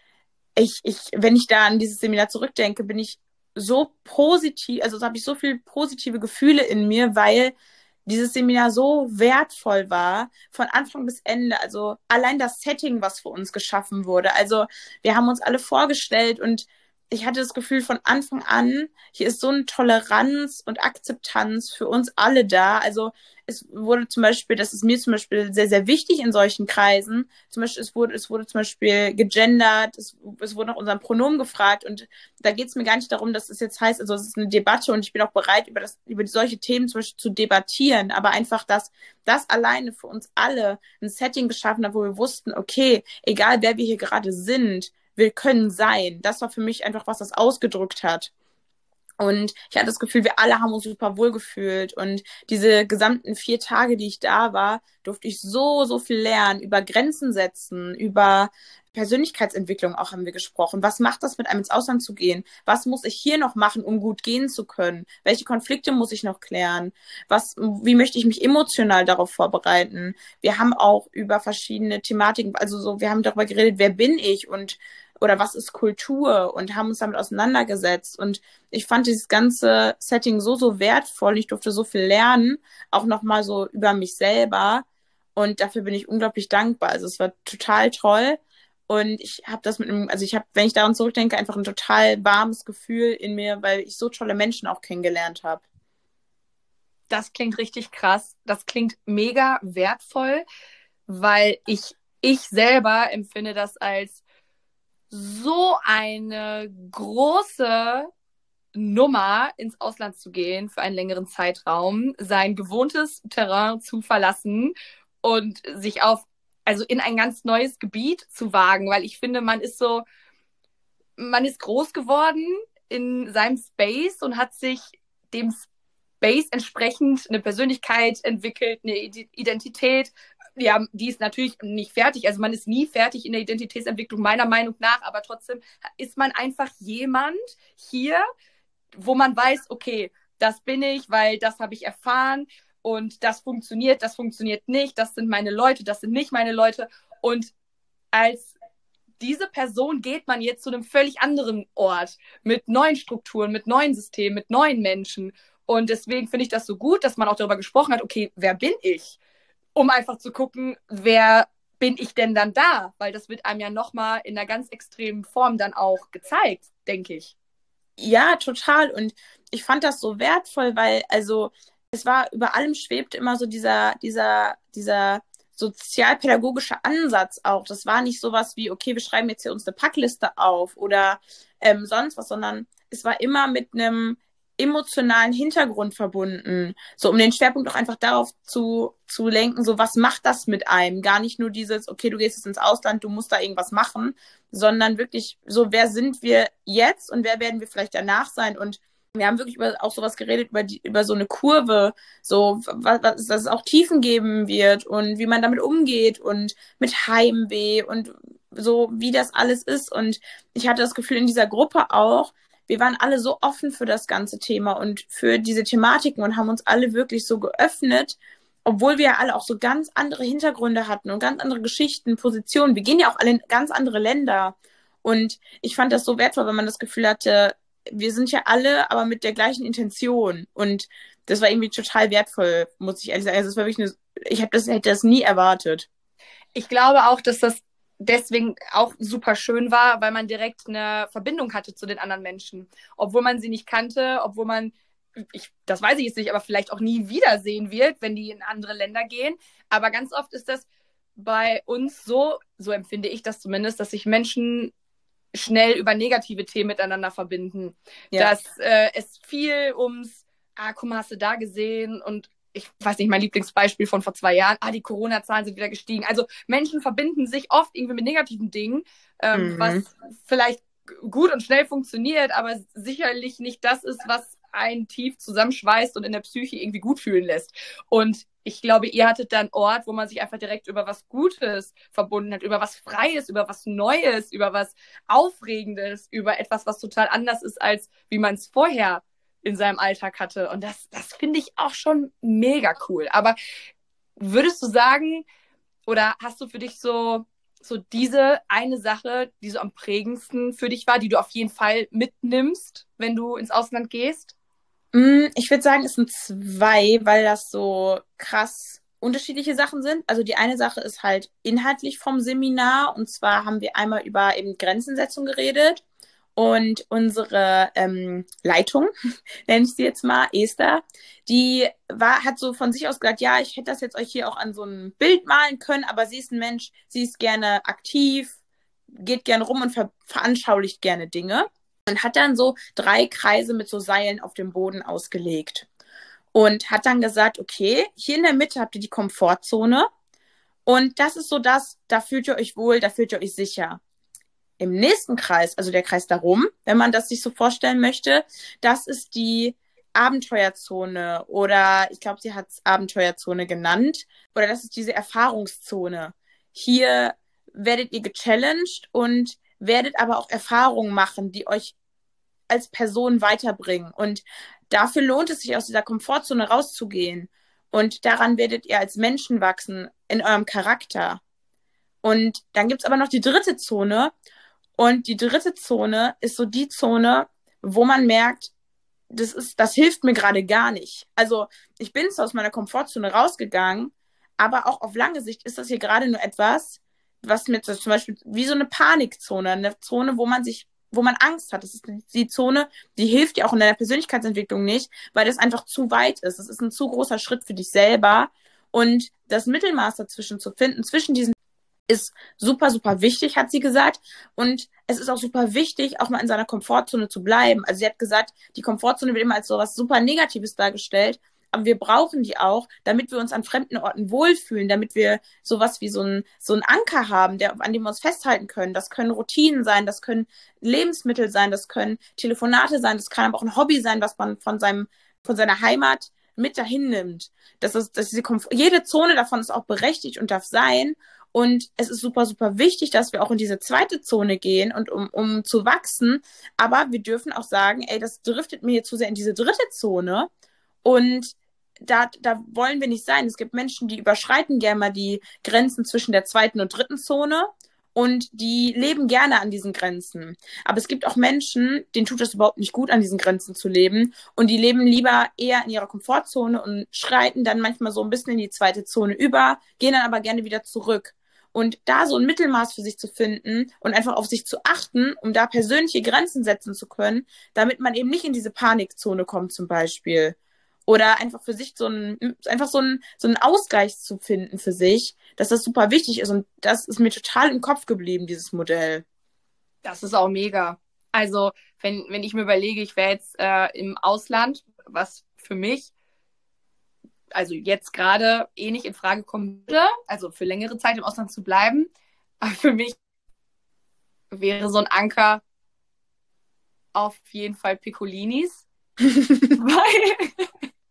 wenn ich da an dieses Seminar zurückdenke, bin ich so positiv, also habe ich so viele positive Gefühle in mir, weil dieses Seminar so wertvoll war, von Anfang bis Ende. Also allein das Setting, was für uns geschaffen wurde. Also wir haben uns alle vorgestellt und ich hatte das Gefühl von Anfang an, hier ist so eine Toleranz und Akzeptanz für uns alle da. Also es wurde zum Beispiel, das ist mir zum Beispiel sehr, sehr wichtig in solchen Kreisen. Zum Beispiel, es wurde zum Beispiel gegendert, es wurde nach unserem Pronomen gefragt und da geht es mir gar nicht darum, dass es jetzt heißt, also es ist eine Debatte und ich bin auch bereit, über solche Themen zum Beispiel zu debattieren, aber einfach, dass das alleine für uns alle ein Setting geschaffen hat, wo wir wussten, okay, egal wer wir hier gerade sind, wir können sein. Das war für mich einfach, was das ausgedrückt hat. Und ich hatte das Gefühl, wir alle haben uns super wohl gefühlt. Und diese gesamten 4 Tage, die ich da war, durfte ich so, so viel lernen. Über Grenzen setzen, über Persönlichkeitsentwicklung auch haben wir gesprochen. Was macht das, mit einem ins Ausland zu gehen? Was muss ich hier noch machen, um gut gehen zu können? Welche Konflikte muss ich noch klären? Wie möchte ich mich emotional darauf vorbereiten? Wir haben auch über verschiedene Thematiken, also so, wir haben darüber geredet, wer bin ich oder was ist Kultur und haben uns damit auseinandergesetzt. Und ich fand dieses ganze Setting so, so wertvoll. Ich durfte so viel lernen, auch nochmal so über mich selber. Und dafür bin ich unglaublich dankbar. Also es war total toll. Und ich habe wenn ich daran zurückdenke, einfach ein total warmes Gefühl in mir, weil ich so tolle Menschen auch kennengelernt habe. Das klingt richtig krass. Das klingt mega wertvoll, weil ich selber empfinde das als so eine große Nummer, ins Ausland zu gehen für einen längeren Zeitraum, sein gewohntes Terrain zu verlassen und sich also in ein ganz neues Gebiet zu wagen, weil ich finde, man ist groß geworden in seinem Space und hat sich dem Space entsprechend eine Persönlichkeit entwickelt, eine Identität. Ja, die ist natürlich nicht fertig. Also man ist nie fertig in der Identitätsentwicklung, meiner Meinung nach, aber trotzdem ist man einfach jemand hier, wo man weiß, okay, das bin ich, weil das habe ich erfahren und das funktioniert nicht, das sind meine Leute, das sind nicht meine Leute. Und als diese Person geht man jetzt zu einem völlig anderen Ort, mit neuen Strukturen, mit neuen Systemen, mit neuen Menschen. Und deswegen finde ich das so gut, dass man auch darüber gesprochen hat, okay, wer bin ich? Um einfach zu gucken, wer bin ich denn dann da? Weil das wird einem ja nochmal in einer ganz extremen Form dann auch gezeigt, denke ich. Ja, total. Und ich fand das so wertvoll, weil, also, es war über allem schwebt immer so dieser sozialpädagogische Ansatz auch. Das war nicht sowas wie, okay, wir schreiben jetzt hier uns eine Packliste auf oder sonst was, sondern es war immer mit einem emotionalen Hintergrund verbunden. So, um den Schwerpunkt auch einfach darauf zu lenken, so, was macht das mit einem? Gar nicht nur dieses, okay, du gehst jetzt ins Ausland, du musst da irgendwas machen, sondern wirklich so, wer sind wir jetzt und wer werden wir vielleicht danach sein? Und wir haben wirklich auch sowas geredet, über so eine Kurve, so, dass es auch Tiefen geben wird und wie man damit umgeht und mit Heimweh und so, wie das alles ist. Und ich hatte das Gefühl in dieser Gruppe auch, wir waren alle so offen für das ganze Thema und für diese Thematiken und haben uns alle wirklich so geöffnet, obwohl wir alle auch so ganz andere Hintergründe hatten und ganz andere Geschichten, Positionen. Wir gehen ja auch alle in ganz andere Länder. Und ich fand das so wertvoll, wenn man das Gefühl hatte, wir sind ja alle, aber mit der gleichen Intention. Und das war irgendwie total wertvoll, muss ich ehrlich sagen. Also es war wirklich hätte das nie erwartet. Ich glaube auch, dass das deswegen auch super schön war, weil man direkt eine Verbindung hatte zu den anderen Menschen. Obwohl man sie nicht kannte, obwohl man, das weiß ich jetzt nicht, aber vielleicht auch nie wiedersehen wird, wenn die in andere Länder gehen. Aber ganz oft ist das bei uns so empfinde ich das zumindest, dass sich Menschen schnell über negative Themen miteinander verbinden. Ja. Dass es viel ums, guck mal, hast du da gesehen? Und ich weiß nicht, mein Lieblingsbeispiel von vor 2 Jahren, die Corona-Zahlen sind wieder gestiegen. Also Menschen verbinden sich oft irgendwie mit negativen Dingen, was vielleicht gut und schnell funktioniert, aber sicherlich nicht das ist, was einen tief zusammenschweißt und in der Psyche irgendwie gut fühlen lässt. Und ich glaube, ihr hattet da einen Ort, wo man sich einfach direkt über was Gutes verbunden hat, über was Freies, über was Neues, über was Aufregendes, über etwas, was total anders ist, als wie man es vorher in seinem Alltag hatte. Und das finde ich auch schon mega cool. Aber würdest du sagen, oder hast du für dich so diese eine Sache, die so am prägendsten für dich war, die du auf jeden Fall mitnimmst, wenn du ins Ausland gehst? Ich würde sagen, es sind 2, weil das so krass unterschiedliche Sachen sind. Also die eine Sache ist halt inhaltlich vom Seminar. Und zwar haben wir einmal über eben Grenzensetzung geredet. Und unsere Leitung, nenne ich sie jetzt mal, Esther, hat so von sich aus gesagt, ja, ich hätte das jetzt euch hier auch an so einem Bild malen können, aber sie ist ein Mensch, sie ist gerne aktiv, geht gerne rum und veranschaulicht gerne Dinge. Und hat dann so 3 Kreise mit so Seilen auf dem Boden ausgelegt. Und hat dann gesagt, okay, hier in der Mitte habt ihr die Komfortzone. Und das ist so das, da fühlt ihr euch wohl, da fühlt ihr euch sicher. Im nächsten Kreis, also der Kreis darum, wenn man das sich so vorstellen möchte, das ist die Abenteuerzone oder ich glaube, sie hat es Abenteuerzone genannt. Oder das ist diese Erfahrungszone. Hier werdet ihr gechallenged und werdet aber auch Erfahrungen machen, die euch als Person weiterbringen. Und dafür lohnt es sich, aus dieser Komfortzone rauszugehen. Und daran werdet ihr als Menschen wachsen, in eurem Charakter. Und dann gibt es aber noch die 3. Zone. Und die 3. Zone ist so die Zone, wo man merkt, das hilft mir gerade gar nicht. Also ich bin so aus meiner Komfortzone rausgegangen, aber auch auf lange Sicht ist das hier gerade nur etwas, was mir zum Beispiel wie so eine Panikzone, eine Zone, wo man Angst hat. Das ist die Zone, die hilft dir auch in deiner Persönlichkeitsentwicklung nicht, weil das einfach zu weit ist. Das ist ein zu großer Schritt für dich selber. Und das Mittelmaß dazwischen zu finden, zwischen diesen ist super, super wichtig, hat sie gesagt. Und es ist auch super wichtig, auch mal in seiner Komfortzone zu bleiben. Also sie hat gesagt, die Komfortzone wird immer als so was super Negatives dargestellt. Aber wir brauchen die auch, damit wir uns an fremden Orten wohlfühlen, damit wir sowas wie so ein Anker haben, an dem wir uns festhalten können. Das können Routinen sein, das können Lebensmittel sein, das können Telefonate sein, das kann aber auch ein Hobby sein, was man von seiner Heimat mit dahin nimmt. Jede Zone davon ist auch berechtigt und darf sein. Und es ist super, super wichtig, dass wir auch in diese 2. Zone gehen und um zu wachsen. Aber wir dürfen auch sagen, ey, das driftet mir hier zu sehr in diese 3. Zone. Und da wollen wir nicht sein. Es gibt Menschen, die überschreiten gerne mal die Grenzen zwischen der 2. und 3. Zone und die leben gerne an diesen Grenzen. Aber es gibt auch Menschen, denen tut es überhaupt nicht gut, an diesen Grenzen zu leben und die leben lieber eher in ihrer Komfortzone und schreiten dann manchmal so ein bisschen in die 2. Zone über, gehen dann aber gerne wieder zurück. Und da so ein Mittelmaß für sich zu finden und einfach auf sich zu achten, um da persönliche Grenzen setzen zu können, damit man eben nicht in diese Panikzone kommt zum Beispiel. oder einfach für sich einfach so einen Ausgleich zu finden für sich, dass das super wichtig ist. Und das ist mir total im Kopf geblieben, dieses Modell. Das ist auch mega. Also, wenn ich mir überlege, ich wäre jetzt im Ausland, was für mich, also jetzt gerade nicht in Frage kommen würde, also für längere Zeit im Ausland zu bleiben, aber für mich wäre so ein Anker auf jeden Fall Piccolinis. Weil,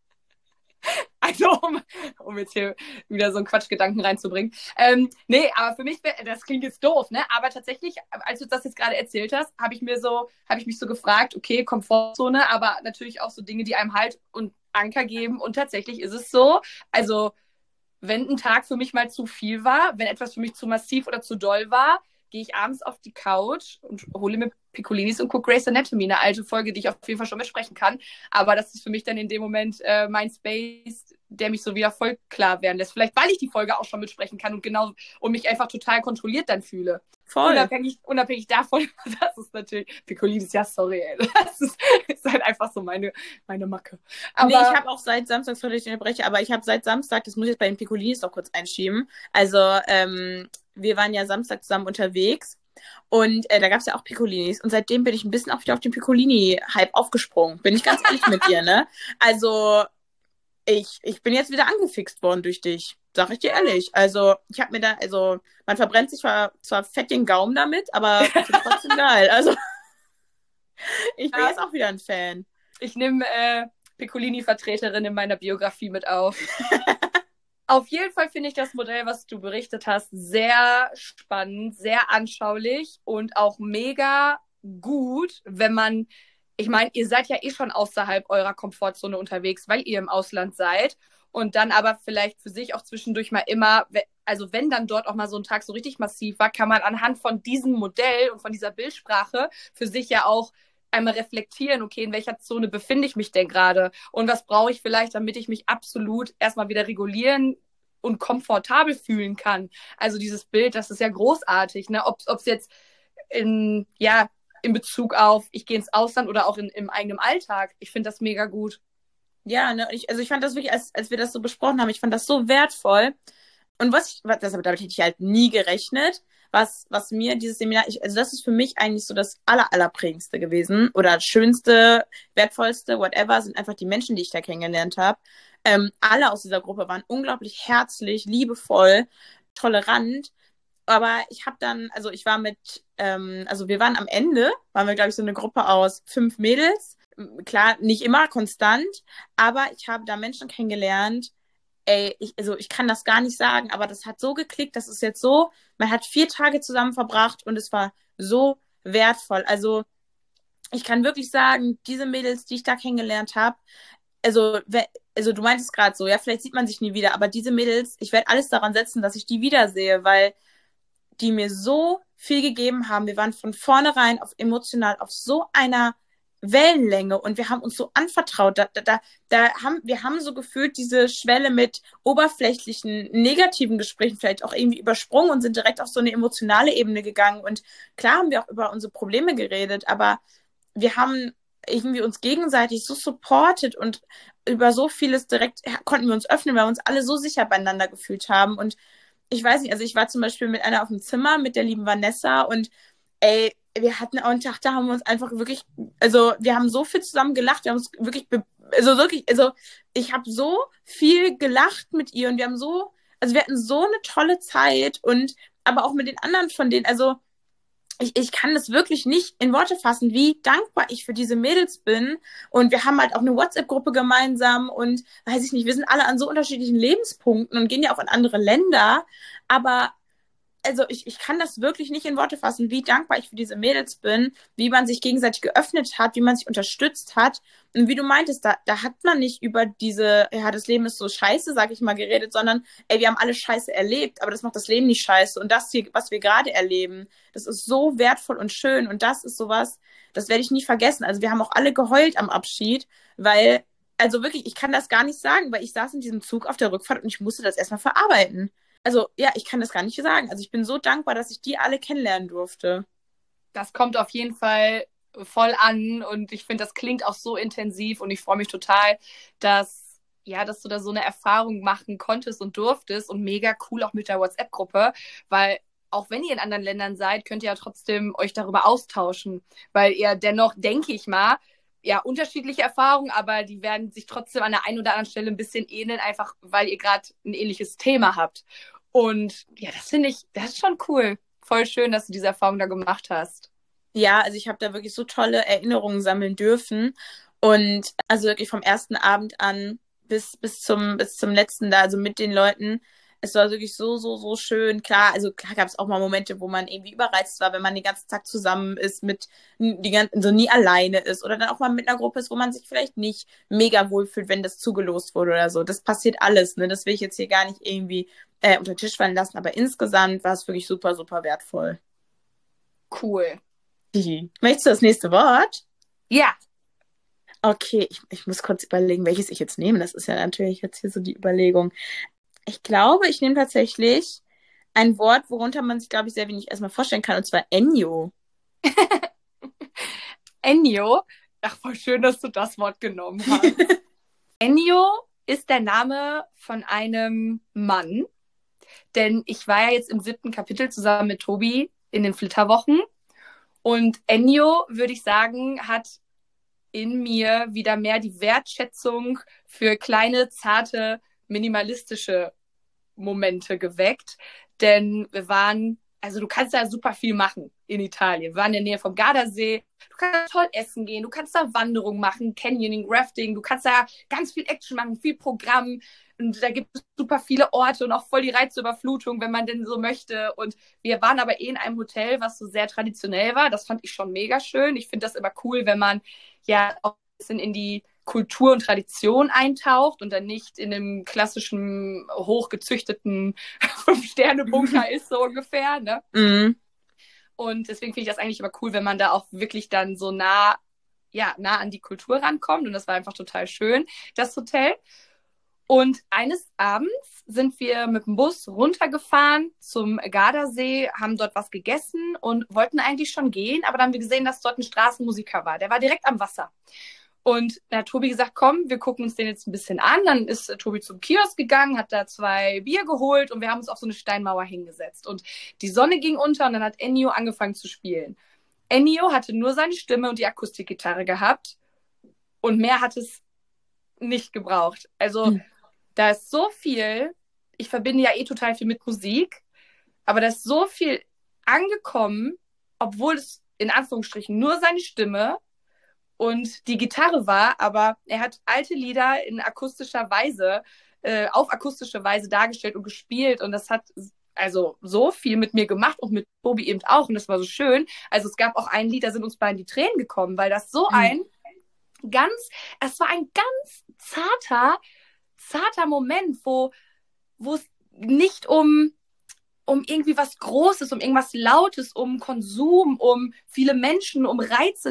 also um jetzt hier wieder so einen Quatschgedanken reinzubringen. Nee, aber für mich, das klingt jetzt doof, ne? Aber tatsächlich, als du das jetzt gerade erzählt hast, habe ich mich so gefragt, okay, Komfortzone, aber natürlich auch so Dinge, die einem Halt und Anker geben. Und tatsächlich ist es so, also wenn ein Tag für mich mal zu viel war, wenn etwas für mich zu massiv oder zu doll war, gehe ich abends auf die Couch und hole mir Piccolinis und gucke Grey's Anatomy, eine alte Folge, die ich auf jeden Fall schon besprechen kann. Aber das ist für mich dann in dem Moment mein Space, der mich so wieder voll klar werden lässt. Vielleicht, weil ich die Folge auch schon mitsprechen kann und mich einfach total kontrolliert dann fühle. Voll. Unabhängig davon, das ist natürlich, Piccolinis, ja, sorry, ey. Das ist halt einfach so meine Macke. Aber nee, ich habe auch seit Samstag, sorry, ich unterbreche, aber ich habe seit Samstag, das muss ich jetzt bei den Piccolinis noch kurz einschieben, also wir waren ja Samstag zusammen unterwegs und da gab es ja auch Piccolinis und seitdem bin ich ein bisschen auch wieder auf den Piccolini-Hype aufgesprungen, bin ich ganz ehrlich mit dir, ne? Also ich bin jetzt wieder angefixt worden durch dich, sag ich dir ehrlich. Also ich habe mir da, also man verbrennt sich zwar fett den Gaumen damit, aber ich finde trotzdem geil. Also ich bin jetzt auch wieder ein Fan. Ich nehme Piccolini-Vertreterin in meiner Biografie mit auf. Auf jeden Fall finde ich das Modell, was du berichtet hast, sehr spannend, sehr anschaulich und auch mega gut, wenn man, ich meine, ihr seid ja eh schon außerhalb eurer Komfortzone unterwegs, weil ihr im Ausland seid und dann aber vielleicht für sich auch zwischendurch mal immer, also wenn dann dort auch mal so ein Tag so richtig massiv war, kann man anhand von diesem Modell und von dieser Bildsprache für sich ja auch einmal reflektieren, okay, in welcher Zone befinde ich mich denn gerade und was brauche ich vielleicht, damit ich mich absolut erstmal wieder regulieren und komfortabel fühlen kann. Also dieses Bild, das ist ja großartig, ne? Ob es jetzt in Bezug auf, ich gehe ins Ausland oder auch im eigenen Alltag. Ich finde das mega gut. Ja, ne, ich fand das wirklich, als wir das so besprochen haben, ich fand das so wertvoll. Und damit hätte ich halt nie gerechnet, was mir dieses Seminar, also das ist für mich eigentlich so das allerprägendste gewesen oder schönste, wertvollste, whatever, sind einfach die Menschen, die ich da kennengelernt habe. Alle aus dieser Gruppe waren unglaublich herzlich, liebevoll, tolerant. Aber ich habe dann, also ich war also wir waren am Ende, waren wir, glaube ich, so eine Gruppe aus 5 Mädels. Klar, nicht immer konstant, aber ich habe da Menschen kennengelernt, ey, ich kann das gar nicht sagen, aber das hat so geklickt, das ist jetzt so, man hat 4 Tage zusammen verbracht und es war so wertvoll. Also ich kann wirklich sagen, diese Mädels, die ich da kennengelernt habe, also du meintest gerade so, ja, vielleicht sieht man sich nie wieder, aber diese Mädels, ich werde alles daran setzen, dass ich die wiedersehe, weil die mir so viel gegeben haben. Wir waren von vornherein emotional auf so einer Wellenlänge und wir haben uns so anvertraut. Wir haben so gefühlt diese Schwelle mit oberflächlichen, negativen Gesprächen vielleicht auch irgendwie übersprungen und sind direkt auf so eine emotionale Ebene gegangen. Und klar haben wir auch über unsere Probleme geredet, aber wir haben irgendwie uns gegenseitig so supported und über so vieles direkt konnten wir uns öffnen, weil wir uns alle so sicher beieinander gefühlt haben. Und ich weiß nicht, also ich war zum Beispiel mit einer auf dem Zimmer, mit der lieben Vanessa und ey, wir hatten auch einen Tag, da haben wir uns einfach wirklich, also wir haben so viel zusammen gelacht, wir haben uns wirklich, also ich habe so viel gelacht mit ihr und wir hatten so eine tolle Zeit und aber auch mit den anderen von denen, also ich kann das wirklich nicht in Worte fassen, wie dankbar ich für diese Mädels bin. Und wir haben halt auch eine WhatsApp-Gruppe gemeinsam und weiß ich nicht, wir sind alle an so unterschiedlichen Lebenspunkten und gehen ja auch in andere Länder. Aber also ich kann das wirklich nicht in Worte fassen, wie dankbar ich für diese Mädels bin, wie man sich gegenseitig geöffnet hat, wie man sich unterstützt hat. Und wie du meintest, da hat man nicht über das Leben ist so scheiße, sag ich mal, geredet, sondern, ey, wir haben alle Scheiße erlebt, aber das macht das Leben nicht scheiße. Und das hier, was wir gerade erleben, das ist so wertvoll und schön. Und das ist sowas, das werde ich nie vergessen. Also wir haben auch alle geheult am Abschied, weil, also wirklich, ich kann das gar nicht sagen, weil ich saß in diesem Zug auf der Rückfahrt und ich musste das erstmal verarbeiten. Also, ja, ich kann das gar nicht sagen. Also, ich bin so dankbar, dass ich die alle kennenlernen durfte. Das kommt auf jeden Fall voll an und ich finde, das klingt auch so intensiv und ich freue mich total, dass ja, dass du da so eine Erfahrung machen konntest und durftest und mega cool auch mit der WhatsApp-Gruppe, weil auch wenn ihr in anderen Ländern seid, könnt ihr ja trotzdem euch darüber austauschen, weil ihr dennoch, denke ich mal, ja, unterschiedliche Erfahrungen, aber die werden sich trotzdem an der einen oder anderen Stelle ein bisschen ähneln, einfach weil ihr gerade ein ähnliches Thema habt. Und ja, das finde ich, das ist schon cool. Voll schön, dass du diese Erfahrung da gemacht hast. Ja, also ich habe da wirklich so tolle Erinnerungen sammeln dürfen. Und also wirklich vom ersten Abend an bis zum letzten da, also mit den Leuten. Es war wirklich so, so, so schön. Klar, also klar gab es auch mal Momente, wo man irgendwie überreizt war, wenn man den ganzen Tag zusammen ist, so nie alleine ist oder dann auch mal mit einer Gruppe ist, wo man sich vielleicht nicht mega wohl fühlt, wenn das zugelost wurde oder so. Das passiert alles, ne? Das will ich jetzt hier gar nicht irgendwie unter den Tisch fallen lassen, aber insgesamt war es wirklich super, super wertvoll. Cool. Möchtest du das nächste Wort? Ja, Okay, ich muss kurz überlegen, welches ich jetzt nehme. Das ist ja natürlich jetzt hier so die Überlegung. Ich glaube, ich nehme tatsächlich ein Wort, worunter man sich, glaube ich, sehr wenig erstmal vorstellen kann, und zwar Enyo. Ennio. Ach, voll schön, dass du das Wort genommen hast. Ennio ist der Name von einem Mann, denn ich war ja jetzt im 7. Kapitel zusammen mit Tobi in den Flitterwochen und Ennio, würde ich sagen, hat in mir wieder mehr die Wertschätzung für kleine, zarte, minimalistische Momente geweckt. Denn wir waren, also du kannst da super viel machen in Italien. Wir waren in der Nähe vom Gardasee. Du kannst toll essen gehen, du kannst da Wanderung machen, Canyoning, Rafting, du kannst da ganz viel Action machen, viel Programm. Und da gibt es super viele Orte und auch voll die Reizüberflutung, wenn man denn so möchte. Und wir waren aber in einem Hotel, was so sehr traditionell war. Das fand ich schon mega schön. Ich finde das immer cool, wenn man ja auch ein bisschen in die Kultur und Tradition eintaucht und dann nicht in einem klassischen, hochgezüchteten 5-Sterne-Bunker ist, so ungefähr. Ne? Mhm. Und deswegen finde ich das eigentlich immer cool, wenn man da auch wirklich dann so nah an die Kultur rankommt. Und das war einfach total schön, das Hotel. Und eines Abends sind wir mit dem Bus runtergefahren zum Gardasee, haben dort was gegessen und wollten eigentlich schon gehen, aber dann haben wir gesehen, dass dort ein Straßenmusiker war. Der war direkt am Wasser. Und da hat Tobi gesagt, komm, wir gucken uns den jetzt ein bisschen an. Dann ist Tobi zum Kiosk gegangen, hat da 2 Bier geholt und wir haben uns auf so eine Steinmauer hingesetzt. Und die Sonne ging unter und dann hat Ennio angefangen zu spielen. Ennio hatte nur seine Stimme und die Akustikgitarre gehabt und mehr hat es nicht gebraucht. Also da ist so viel, ich verbinde ja total viel mit Musik, aber da ist so viel angekommen, obwohl es in Anführungsstrichen nur seine Stimme und die Gitarre war, aber er hat alte Lieder in akustischer Weise, auf akustische Weise dargestellt und gespielt und das hat also so viel mit mir gemacht und mit Tobi eben auch und das war so schön. Also es gab auch ein Lied, da sind uns beiden die Tränen gekommen, weil das so es war ein ganz zarter Moment, wo es nicht um irgendwie was Großes, um irgendwas Lautes, um Konsum, um viele Menschen, um Reize.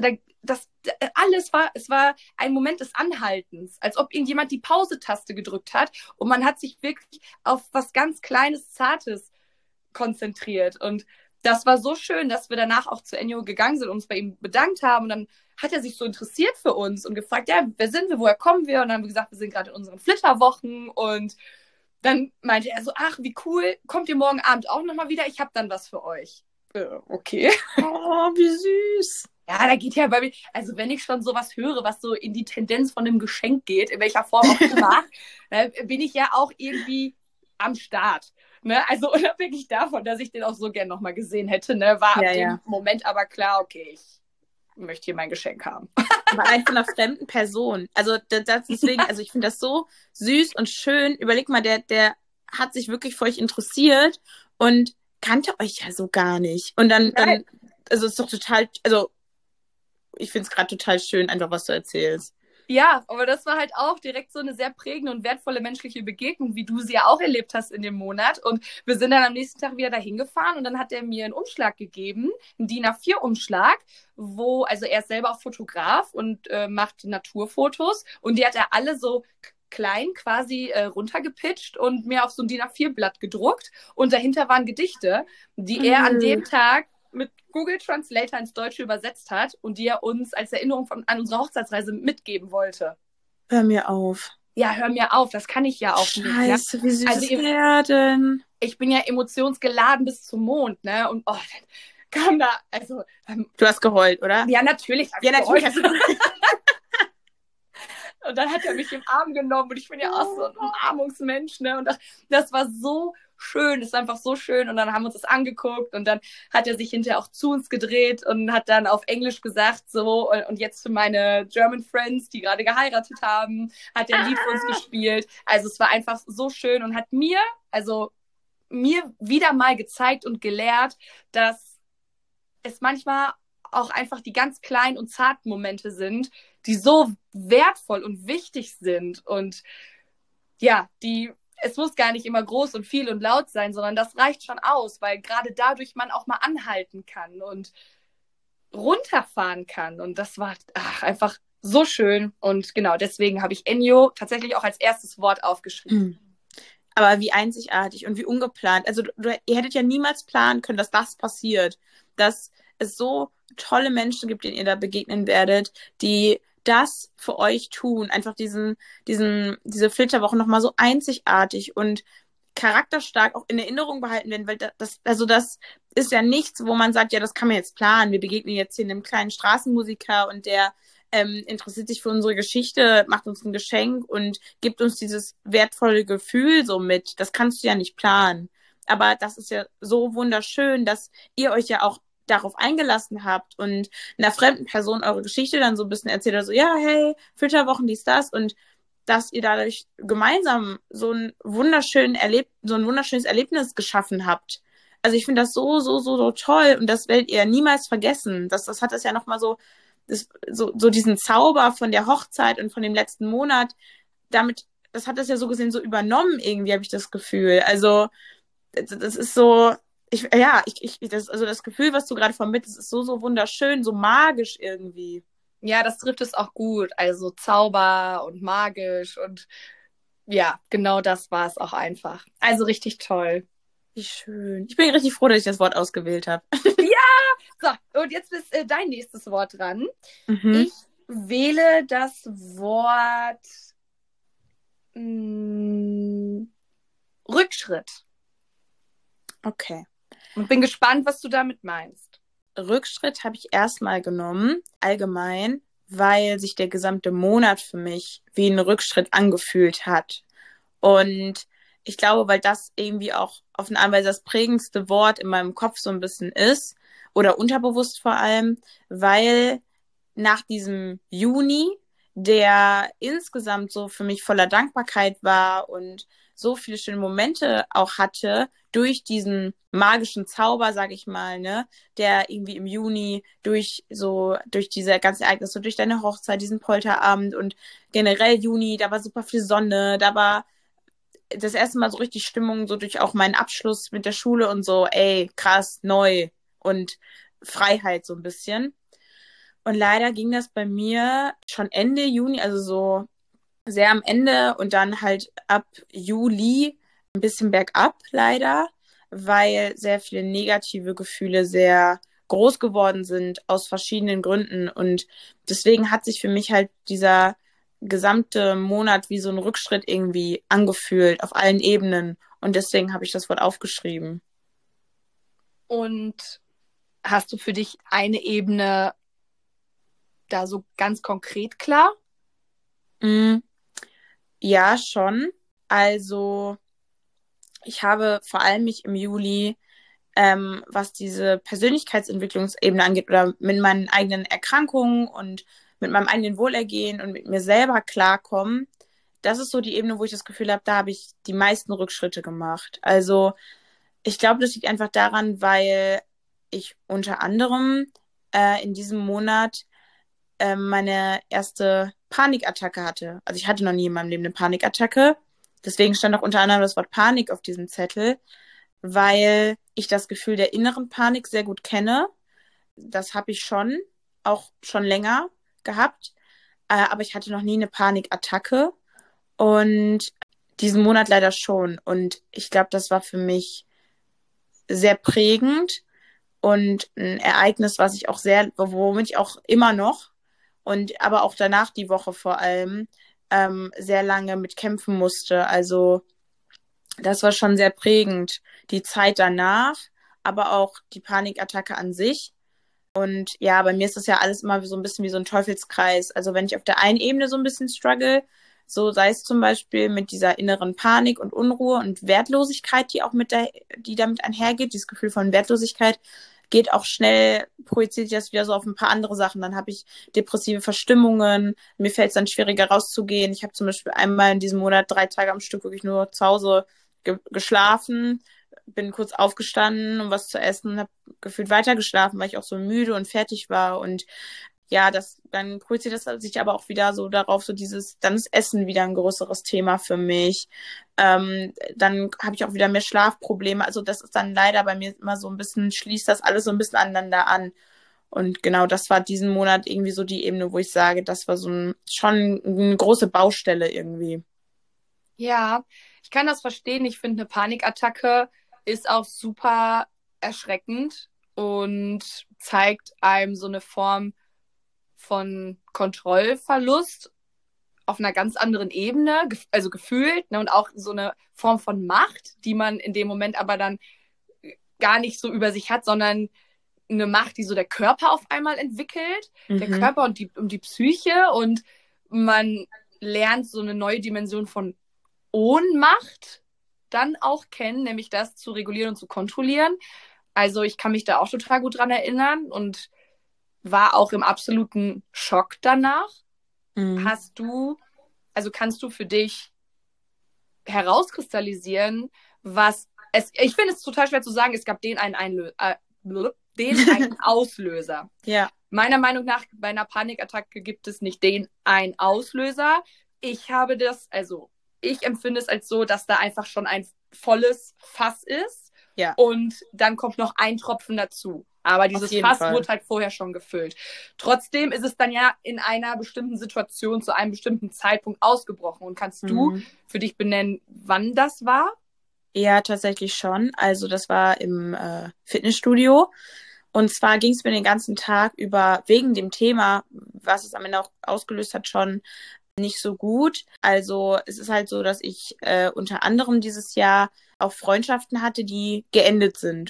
Es war ein Moment des Anhaltens, als ob irgendjemand die Pause-Taste gedrückt hat und man hat sich wirklich auf was ganz Kleines, Zartes konzentriert. Und das war so schön, dass wir danach auch zu Ennio gegangen sind und uns bei ihm bedankt haben. Und dann hat er sich so interessiert für uns und gefragt, ja, wer sind wir, woher kommen wir? Und dann haben wir gesagt, wir sind gerade in unseren Flitterwochen. Und dann meinte er so, ach, wie cool, kommt ihr morgen Abend auch nochmal wieder? Ich habe dann was für euch. Okay. Oh, wie süß. Ja, da geht ja bei mir, also wenn ich schon sowas höre, was so in die Tendenz von einem Geschenk geht, in welcher Form auch immer, bin ich ja auch irgendwie am Start. Ne? Also unabhängig davon, dass ich den auch so gern nochmal gesehen hätte, ne, war ab dem Moment aber klar, okay, ich möchte hier mein Geschenk haben. Aber einfach einer fremden Person. Also deswegen, also ich finde das so süß und schön. Überleg mal, der hat sich wirklich für euch interessiert und kannte euch ja so gar nicht. Und dann also es ist doch total, also ich finde es gerade total schön, einfach was du erzählst. Ja, aber das war halt auch direkt so eine sehr prägende und wertvolle menschliche Begegnung, wie du sie ja auch erlebt hast in dem Monat. Und wir sind dann am nächsten Tag wieder dahin gefahren und dann hat er mir einen Umschlag gegeben, einen DIN A4-Umschlag, also er ist selber auch Fotograf und macht Naturfotos und die hat er alle so klein quasi runtergepitcht und mir auf so ein DIN A4-Blatt gedruckt und dahinter waren Gedichte, die er an dem Tag mit Google Translator ins Deutsche übersetzt hat und die er uns als Erinnerung an unsere Hochzeitsreise mitgeben wollte. Hör mir auf. Ja, hör mir auf, das kann ich ja auch nicht. Ne? Scheiße, wie süß Also ist er denn? ich bin ja emotionsgeladen bis zum Mond, ne? Und dann kam da, also, Du hast geheult, oder? ja, natürlich hab Ja, ich natürlich geheult. hast du geheult. Und dann hat er mich im Arm genommen und ich bin ja auch so ein Umarmungsmensch, ne? Und das war so schön, das war einfach so schön. Und dann haben wir uns das angeguckt und dann hat er sich hinterher auch zu uns gedreht und hat dann auf Englisch gesagt, so, und jetzt für meine German Friends, die gerade geheiratet haben, hat er ein Lied für uns gespielt. Also es war einfach so schön und hat mir wieder mal gezeigt und gelehrt, dass es manchmal auch einfach die ganz kleinen und zarten Momente sind, die so wertvoll und wichtig sind. Und ja, es muss gar nicht immer groß und viel und laut sein, sondern das reicht schon aus, weil gerade dadurch man auch mal anhalten kann und runterfahren kann. Und das war einfach so schön. Und genau, deswegen habe ich Ennio tatsächlich auch als erstes Wort aufgeschrieben. Aber wie einzigartig und wie ungeplant. Also ihr hättet ja niemals planen können, dass das passiert. Dass es so tolle Menschen gibt, denen ihr da begegnen werdet, die das für euch tun. Einfach diese Flitterwochen nochmal so einzigartig und charakterstark auch in Erinnerung behalten werden, weil das ist ja nichts, wo man sagt, ja, das kann man jetzt planen. Wir begegnen jetzt hier einem kleinen Straßenmusiker und der interessiert sich für unsere Geschichte, macht uns ein Geschenk und gibt uns dieses wertvolle Gefühl so mit. Das kannst du ja nicht planen. Aber das ist ja so wunderschön, dass ihr euch ja auch darauf eingelassen habt und einer fremden Person eure Geschichte dann so ein bisschen erzählt, also ja, hey, Flitterwochen, dies, das und dass ihr dadurch gemeinsam so ein wunderschönes Erlebnis geschaffen habt. Also ich finde das so, so, so, so toll und das werdet ihr niemals vergessen. Das hat es ja nochmal so diesen Zauber von der Hochzeit und von dem letzten Monat, das hat das ja so gesehen so übernommen irgendwie, habe ich das Gefühl. Also das ist so, das Gefühl, was du gerade vermittelst, ist so, so wunderschön, so magisch irgendwie. Ja, das trifft es auch gut. Also Zauber und magisch und ja, genau das war es auch einfach. Also richtig toll. Wie schön. Ich bin richtig froh, dass ich das Wort ausgewählt habe. So, und jetzt ist dein nächstes Wort dran. Mhm. Ich wähle das Wort Rückschritt. Okay. Und bin gespannt, was du damit meinst. Rückschritt habe ich erstmal genommen, allgemein, weil sich der gesamte Monat für mich wie ein Rückschritt angefühlt hat. Und ich glaube, weil das irgendwie auch auf eine Art und Weise das prägendste Wort in meinem Kopf so ein bisschen ist, oder unterbewusst vor allem, weil nach diesem Juni, der insgesamt so für mich voller Dankbarkeit war und so viele schöne Momente auch hatte, durch diesen magischen Zauber, sag ich mal, ne, der irgendwie im Juni durch diese ganzen Ereignisse, so durch deine Hochzeit, diesen Polterabend und generell Juni, da war super viel Sonne, da war das erste Mal so richtig Stimmung, so durch auch meinen Abschluss mit der Schule und so, ey, krass, neu und Freiheit so ein bisschen. Und leider ging das bei mir schon Ende Juni, also so sehr am Ende und dann halt ab Juli ein bisschen bergab leider, weil sehr viele negative Gefühle sehr groß geworden sind aus verschiedenen Gründen. Und deswegen hat sich für mich halt dieser gesamte Monat wie so ein Rückschritt irgendwie angefühlt auf allen Ebenen. Und deswegen habe ich das Wort aufgeschrieben. Und hast du für dich eine Ebene da so ganz konkret klar? Ja, schon. Also ich habe vor allem mich im Juli, was diese Persönlichkeitsentwicklungsebene angeht oder mit meinen eigenen Erkrankungen und mit meinem eigenen Wohlergehen und mit mir selber klarkommen, das ist so die Ebene, wo ich das Gefühl habe, da habe ich die meisten Rückschritte gemacht. Also ich glaube, das liegt einfach daran, weil ich unter anderem in diesem Monat meine erste Panikattacke hatte. Also ich hatte noch nie in meinem Leben eine Panikattacke. Deswegen stand auch unter anderem das Wort Panik auf diesem Zettel, weil ich das Gefühl der inneren Panik sehr gut kenne. Das habe ich auch schon länger gehabt. Aber ich hatte noch nie eine Panikattacke. Und diesen Monat leider schon. Und ich glaube, das war für mich sehr prägend und ein Ereignis, womit ich auch immer noch aber auch danach die Woche vor allem sehr lange mit kämpfen musste. Also das war schon sehr prägend. Die Zeit danach, aber auch die Panikattacke an sich. Und ja, bei mir ist das ja alles immer so ein bisschen wie so ein Teufelskreis. Also wenn ich auf der einen Ebene so ein bisschen struggle, so sei es zum Beispiel mit dieser inneren Panik und Unruhe und Wertlosigkeit, die damit einhergeht, dieses Gefühl von Wertlosigkeit, geht auch schnell, projiziert sich das wieder so auf ein paar andere Sachen. Dann habe ich depressive Verstimmungen, mir fällt es dann schwieriger rauszugehen. Ich habe zum Beispiel einmal in diesem Monat 3 Tage am Stück wirklich nur zu Hause geschlafen, bin kurz aufgestanden, um was zu essen, habe gefühlt weitergeschlafen, weil ich auch so müde und fertig war. Und ja, dann projiziert das sich aber auch wieder so darauf, dann ist Essen wieder ein größeres Thema für mich. Dann habe ich auch wieder mehr Schlafprobleme. Also das ist dann leider bei mir immer so ein bisschen, schließt das alles so ein bisschen aneinander an. Und genau, das war diesen Monat irgendwie so die Ebene, wo ich sage, das war schon eine große Baustelle irgendwie. Ja, ich kann das verstehen. Ich finde, eine Panikattacke ist auch super erschreckend und zeigt einem so eine Form von Kontrollverlust auf einer ganz anderen Ebene, also gefühlt, ne, und auch so eine Form von Macht, die man in dem Moment aber dann gar nicht so über sich hat, sondern eine Macht, die so der Körper auf einmal entwickelt, der Körper und die Psyche, und man lernt so eine neue Dimension von Ohnmacht dann auch kennen, nämlich das zu regulieren und zu kontrollieren. Also ich kann mich da auch total gut dran erinnern und war auch im absoluten Schock danach. Kannst du für dich herauskristallisieren, ich finde es total schwer zu sagen, es gab den einen Auslöser. Ja. Meiner Meinung nach, bei einer Panikattacke gibt es nicht den einen Auslöser. Ich empfinde es als so, dass da einfach schon ein volles Fass ist. Ja. Und dann kommt noch ein Tropfen dazu. Aber dieses Fass wurde halt vorher schon gefüllt. Trotzdem ist es dann ja in einer bestimmten Situation zu einem bestimmten Zeitpunkt ausgebrochen. Und kannst du für dich benennen, wann das war? Ja, tatsächlich schon. Also das war im Fitnessstudio. Und zwar ging es mir den ganzen Tag über, wegen dem Thema, was es am Ende auch ausgelöst hat, schon nicht so gut. Also es ist halt so, dass ich unter anderem dieses Jahr auch Freundschaften hatte, die geendet sind.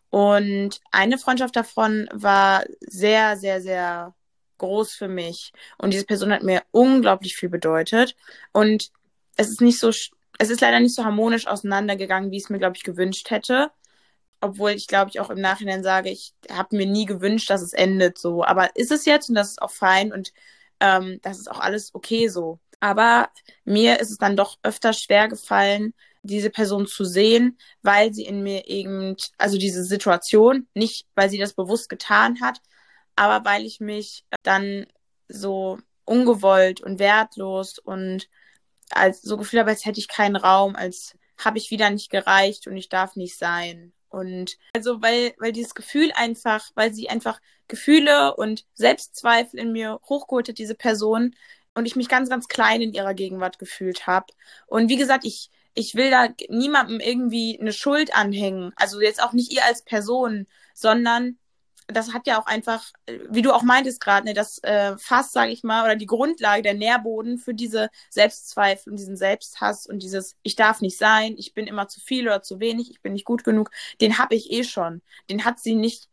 Und eine Freundschaft davon war sehr, sehr, sehr groß für mich. Und diese Person hat mir unglaublich viel bedeutet. Und es ist leider nicht so harmonisch auseinandergegangen, wie ich es mir, glaube ich, gewünscht hätte. Obwohl ich, glaube ich, auch im Nachhinein sage, ich habe mir nie gewünscht, dass es endet so. Aber ist es jetzt, und das ist auch fein, und das ist auch alles okay so. Aber mir ist es dann doch öfter schwer gefallen, diese Person zu sehen, weil sie in mir eben, also diese Situation, nicht weil sie das bewusst getan hat, aber weil ich mich dann so ungewollt und wertlos und als so Gefühl habe, als hätte ich keinen Raum, als habe ich wieder nicht gereicht und ich darf nicht sein. Und also weil dieses Gefühl einfach, weil sie einfach Gefühle und Selbstzweifel in mir hochgeholt hat, diese Person, und ich mich ganz, ganz klein in ihrer Gegenwart gefühlt habe. Und wie gesagt, ich will da niemandem irgendwie eine Schuld anhängen. Also jetzt auch nicht ihr als Person, sondern das hat ja auch einfach, wie du auch meintest gerade, ne, das Fass, sage ich mal, oder die Grundlage, der Nährboden für diese Selbstzweifel und diesen Selbsthass und dieses ich darf nicht sein, ich bin immer zu viel oder zu wenig, ich bin nicht gut genug, den habe ich eh schon. Den hat sie nicht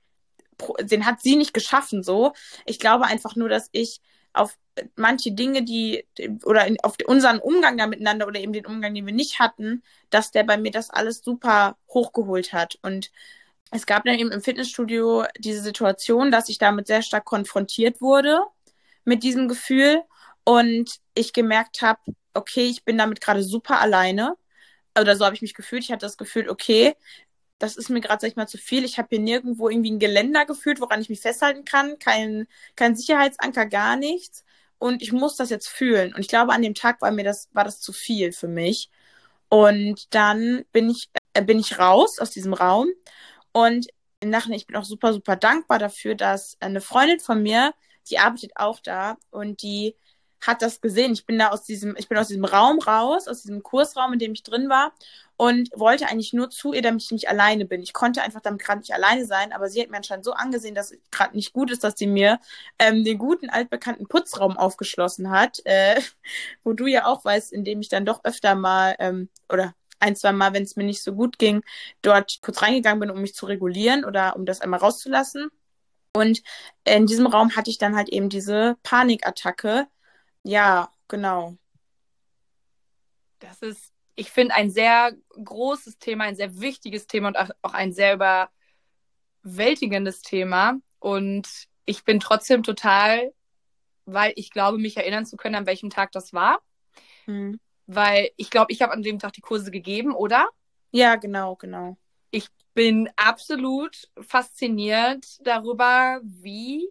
geschaffen so. Ich glaube einfach nur, dass ich auf manche Dinge, auf unseren Umgang da miteinander oder eben den Umgang, den wir nicht hatten, dass der bei mir das alles super hochgeholt hat. Und es gab dann eben im Fitnessstudio diese Situation, dass ich damit sehr stark konfrontiert wurde mit diesem Gefühl und ich gemerkt habe, okay, ich bin damit gerade super alleine. Oder so habe ich mich gefühlt. Ich hatte das Gefühl, okay, das ist mir gerade, sag ich mal, zu viel. Ich habe hier nirgendwo irgendwie ein Geländer gefühlt, woran ich mich festhalten kann. Kein Sicherheitsanker, gar nichts. Und ich muss das jetzt fühlen. Und ich glaube, an dem Tag war das zu viel für mich. Und dann bin ich raus aus diesem Raum. Und im Nachhinein, ich bin auch super, super dankbar dafür, dass eine Freundin von mir, die arbeitet auch da und die hat das gesehen. Ich bin aus diesem Raum raus, aus diesem Kursraum, in dem ich drin war und wollte eigentlich nur zu ihr, damit ich nicht alleine bin. Ich konnte einfach damit gerade nicht alleine sein, aber sie hat mir anscheinend so angesehen, dass es gerade nicht gut ist, dass sie mir den guten, altbekannten Putzraum aufgeschlossen hat, wo du ja auch weißt, in dem ich dann doch öfter mal oder ein, zwei Mal, wenn es mir nicht so gut ging, dort kurz reingegangen bin, um mich zu regulieren oder um das einmal rauszulassen. Und in diesem Raum hatte ich dann halt eben diese Panikattacke. Ja, genau. Das ist, ich finde, ein sehr großes Thema, ein sehr wichtiges Thema und auch ein sehr überwältigendes Thema. Und ich bin trotzdem total, weil ich glaube, mich erinnern zu können, an welchem Tag das war. Hm. Weil ich glaube, ich habe an dem Tag die Kurse gegeben, oder? Ja, genau, genau. Ich bin absolut fasziniert darüber, wie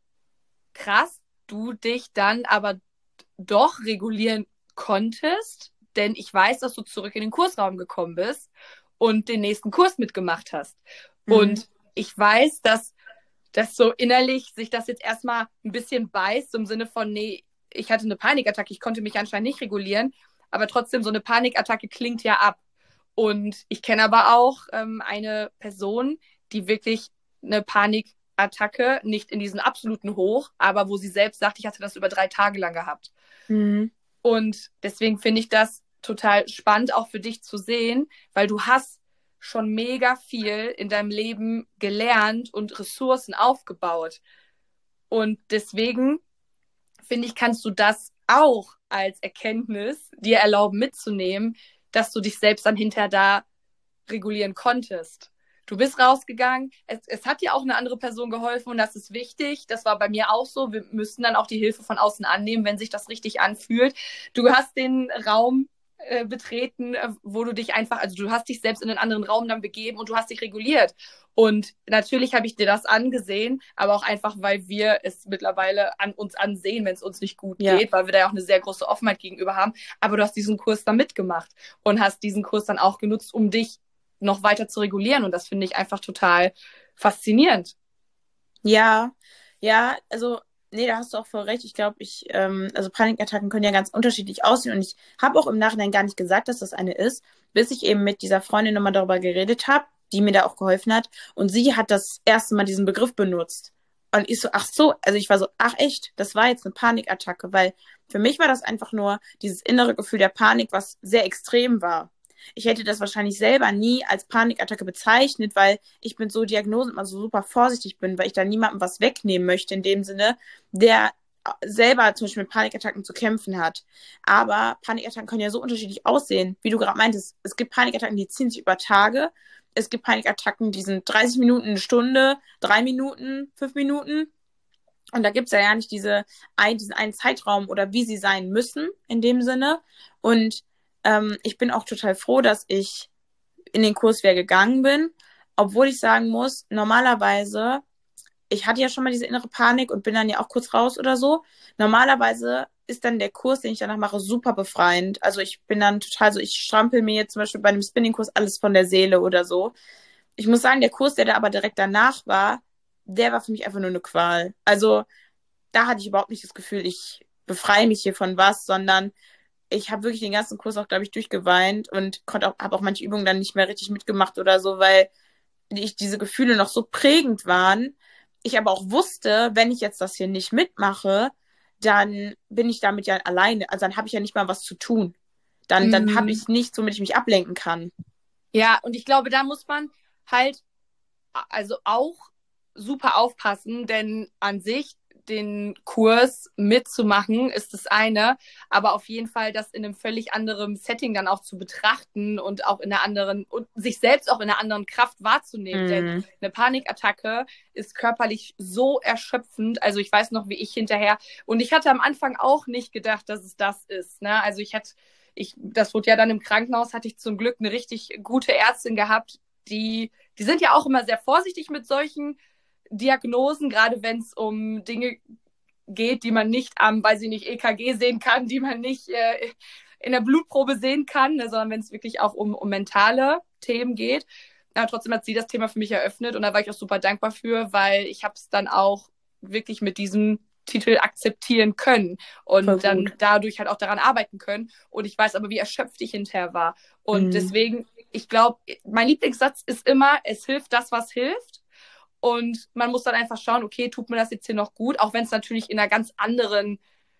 krass du dich dann aber doch regulieren konntest, denn ich weiß, dass du zurück in den Kursraum gekommen bist und den nächsten Kurs mitgemacht hast. Und ich weiß, dass das so innerlich sich das jetzt erstmal ein bisschen beißt, im Sinne von, nee, ich hatte eine Panikattacke, ich konnte mich anscheinend nicht regulieren, aber trotzdem, so eine Panikattacke klingt ja ab. Und ich kenne aber auch eine Person, die wirklich eine Panikattacke, nicht in diesen absoluten Hoch, aber wo sie selbst sagt, ich hatte das über 3 Tage lang gehabt. Mhm. Und deswegen finde ich das total spannend, auch für dich zu sehen, weil du hast schon mega viel in deinem Leben gelernt und Ressourcen aufgebaut. Und deswegen, finde ich, kannst du das auch als Erkenntnis dir erlauben mitzunehmen, dass du dich selbst dann hinterher da regulieren konntest. Du bist rausgegangen, es hat dir auch eine andere Person geholfen und das ist wichtig. Das war bei mir auch so. Wir müssen dann auch die Hilfe von außen annehmen, wenn sich das richtig anfühlt. Du hast den Raum betreten, wo du dich einfach, also du hast dich selbst in einen anderen Raum dann begeben und du hast dich reguliert. Und natürlich habe ich dir das angesehen, aber auch einfach, weil wir es mittlerweile an uns ansehen, wenn es uns nicht gut geht, weil wir da ja auch eine sehr große Offenheit gegenüber haben. Aber du hast diesen Kurs dann mitgemacht und hast diesen Kurs dann auch genutzt, um dich noch weiter zu regulieren. Und das finde ich einfach total faszinierend. Ja, ja, also, nee, da hast du auch voll recht. Ich glaube, also Panikattacken können ja ganz unterschiedlich aussehen und ich habe auch im Nachhinein gar nicht gesagt, dass das eine ist, bis ich eben mit dieser Freundin nochmal darüber geredet habe, die mir da auch geholfen hat und sie hat das erste Mal diesen Begriff benutzt. Und ich so, ach so, also ich war so, ach echt, das war jetzt eine Panikattacke, weil für mich war das einfach nur dieses innere Gefühl der Panik, was sehr extrem war. Ich hätte das wahrscheinlich selber nie als Panikattacke bezeichnet, weil ich mit so Diagnosen immer so super vorsichtig bin, weil ich da niemandem was wegnehmen möchte, in dem Sinne, der selber zum Beispiel mit Panikattacken zu kämpfen hat. Aber Panikattacken können ja so unterschiedlich aussehen. Wie du gerade meintest, es gibt Panikattacken, die ziehen sich über Tage. Es gibt Panikattacken, die sind 30 Minuten, eine Stunde, 3 Minuten, 5 Minuten. Und da gibt es ja nicht diesen einen Zeitraum oder wie sie sein müssen in dem Sinne. Und ich bin auch total froh, dass ich in den Kurs wieder gegangen bin, obwohl ich sagen muss, normalerweise, ich hatte ja schon mal diese innere Panik und bin dann ja auch kurz raus oder so. Normalerweise ist dann der Kurs, den ich danach mache, super befreiend. Also ich bin dann total so, ich strampel mir jetzt zum Beispiel bei einem Spinning-Kurs alles von der Seele oder so. Ich muss sagen, der Kurs, der da aber direkt danach war, der war für mich einfach nur eine Qual. Also da hatte ich überhaupt nicht das Gefühl, ich befreie mich hier von was, sondern ich habe wirklich den ganzen Kurs auch, glaube ich, durchgeweint und habe auch manche Übungen dann nicht mehr richtig mitgemacht oder so, weil diese Gefühle noch so prägend waren. Ich aber auch wusste, wenn ich jetzt das hier nicht mitmache, dann bin ich damit ja alleine. Also dann habe ich ja nicht mal was zu tun. Dann habe ich nichts, womit ich mich ablenken kann. Ja, und ich glaube, da muss man halt also auch super aufpassen, denn an sich den Kurs mitzumachen ist das eine, aber auf jeden Fall das in einem völlig anderen Setting dann auch zu betrachten und auch in einer anderen und sich selbst auch in einer anderen Kraft wahrzunehmen, denn eine Panikattacke ist körperlich so erschöpfend, also ich weiß noch, wie ich hinterher und ich hatte am Anfang auch nicht gedacht, dass es das ist, ne? Also das wurde ja dann im Krankenhaus, hatte ich zum Glück eine richtig gute Ärztin gehabt, die sind ja auch immer sehr vorsichtig mit solchen Diagnosen, gerade wenn es um Dinge geht, die man nicht am, weiß ich nicht, EKG sehen kann, die man nicht in der Blutprobe sehen kann, ne, sondern wenn es wirklich auch um mentale Themen geht. Aber trotzdem hat sie das Thema für mich eröffnet und da war ich auch super dankbar für, weil ich habe es dann auch wirklich mit diesem Titel akzeptieren können und dann dadurch halt auch daran arbeiten können. Und ich weiß aber, wie erschöpft ich hinterher war. Und deswegen, ich glaube, mein Lieblingssatz ist immer, es hilft das, was hilft. Und man muss dann einfach schauen, okay, tut mir das jetzt hier noch gut, auch wenn es natürlich in einer ganz anderen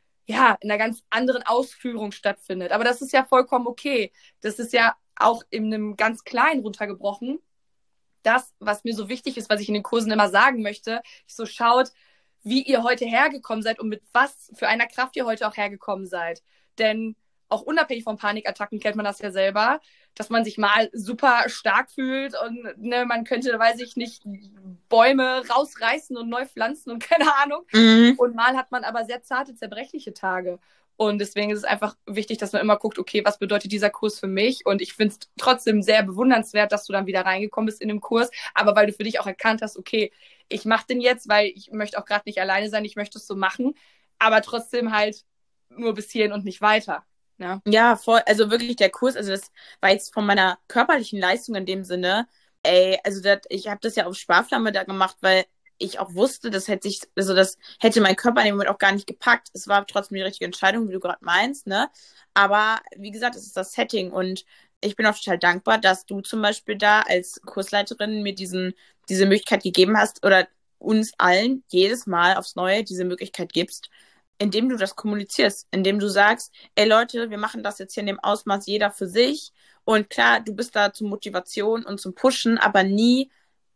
Ausführung stattfindet. Aber das ist ja vollkommen okay. Das ist ja auch in einem ganz Kleinen runtergebrochen. Das, was mir so wichtig ist, was ich in den Kursen immer sagen möchte, ist so schaut, wie ihr heute hergekommen seid und mit was für einer Kraft ihr heute auch hergekommen seid. Denn auch unabhängig von Panikattacken kennt man das ja selber, dass man sich mal super stark fühlt und ne, man könnte, weiß ich nicht, Bäume rausreißen und neu pflanzen und keine Ahnung. Und mal hat man aber sehr zarte, zerbrechliche Tage. Und deswegen ist es einfach wichtig, dass man immer guckt, okay, was bedeutet dieser Kurs für mich? Und ich finde es trotzdem sehr bewundernswert, dass du dann wieder reingekommen bist in den Kurs, aber weil du für dich auch erkannt hast, okay, ich mache den jetzt, weil ich möchte auch gerade nicht alleine sein, ich möchte es so machen, aber trotzdem halt nur bis hierhin und nicht weiter. Ja, ja, voll. Also wirklich der Kurs, also das war jetzt von meiner körperlichen Leistung in dem Sinne, also ich habe das ja auf Sparflamme da gemacht, weil ich auch wusste, das hätte mein Körper in dem Moment auch gar nicht gepackt. Es war trotzdem die richtige Entscheidung, wie du gerade meinst, ne? Aber wie gesagt, es ist das Setting und ich bin auch total dankbar, dass du zum Beispiel da als Kursleiterin mir diese Möglichkeit gegeben hast oder uns allen jedes Mal aufs Neue diese Möglichkeit gibst, indem du das kommunizierst, indem du sagst, ey Leute, wir machen das jetzt hier in dem Ausmaß jeder für sich und klar, du bist da zur Motivation und zum Pushen, aber nie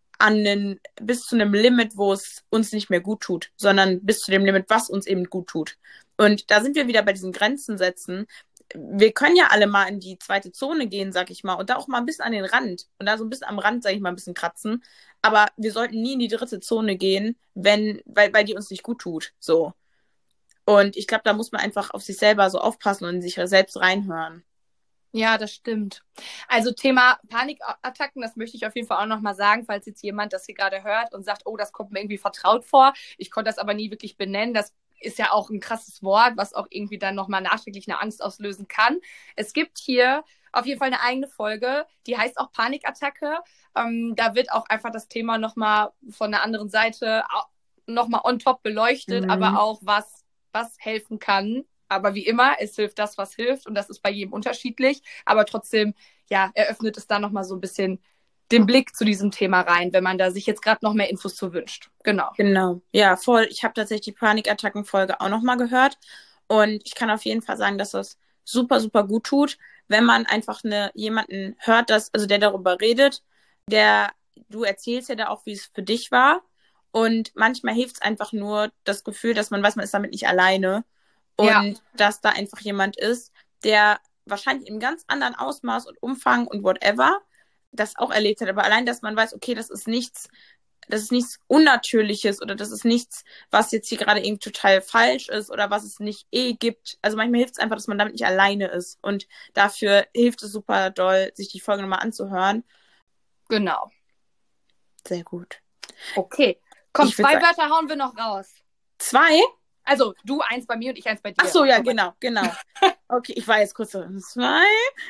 bis zu einem Limit, wo es uns nicht mehr gut tut, sondern bis zu dem Limit, was uns eben gut tut. Und da sind wir wieder bei diesen Grenzen setzen. Wir können ja alle mal in die zweite Zone gehen, sag ich mal, und da auch mal ein bisschen an den Rand und da so ein bisschen am Rand, sag ich mal, ein bisschen kratzen. Aber wir sollten nie in die dritte Zone gehen, weil die uns nicht gut tut. So. Und ich glaube, da muss man einfach auf sich selber so aufpassen und in sich selbst reinhören. Ja, das stimmt. Also Thema Panikattacken, das möchte ich auf jeden Fall auch nochmal sagen, falls jetzt jemand das hier gerade hört und sagt, oh, das kommt mir irgendwie vertraut vor. Ich konnte das aber nie wirklich benennen. Das ist ja auch ein krasses Wort, was auch irgendwie dann nochmal nachträglich eine Angst auslösen kann. Es gibt hier auf jeden Fall eine eigene Folge, die heißt auch Panikattacke. Da wird auch einfach das Thema nochmal von der anderen Seite nochmal on top beleuchtet, aber auch was helfen kann. Aber wie immer, es hilft das, was hilft und das ist bei jedem unterschiedlich. Aber trotzdem, ja, eröffnet es da nochmal so ein bisschen den Blick zu diesem Thema rein, wenn man da sich jetzt gerade noch mehr Infos zu wünscht. Genau. Genau, ja, voll. Ich habe tatsächlich die Panikattacken-Folge auch nochmal gehört und ich kann auf jeden Fall sagen, dass das super, super gut tut, wenn man einfach jemanden hört, der darüber redet, du erzählst ja da auch, wie es für dich war und manchmal hilft es einfach nur das Gefühl, dass man weiß, man ist damit nicht alleine. Und dass da einfach jemand ist, der wahrscheinlich in ganz anderen Ausmaß und Umfang und whatever das auch erlebt hat. Aber allein, dass man weiß, okay, das ist nichts Unnatürliches oder das ist nichts, was jetzt hier gerade irgendwie total falsch ist oder was es nicht gibt. Also manchmal hilft es einfach, dass man damit nicht alleine ist. Und dafür hilft es super doll, sich die Folge nochmal anzuhören. Genau. Sehr gut. Okay. Komm, 2 Wörter hauen wir noch raus. 2? Also, du 1 bei mir und ich 1 bei dir. Ach so, ja, genau. Okay, ich war jetzt kurz so, 2.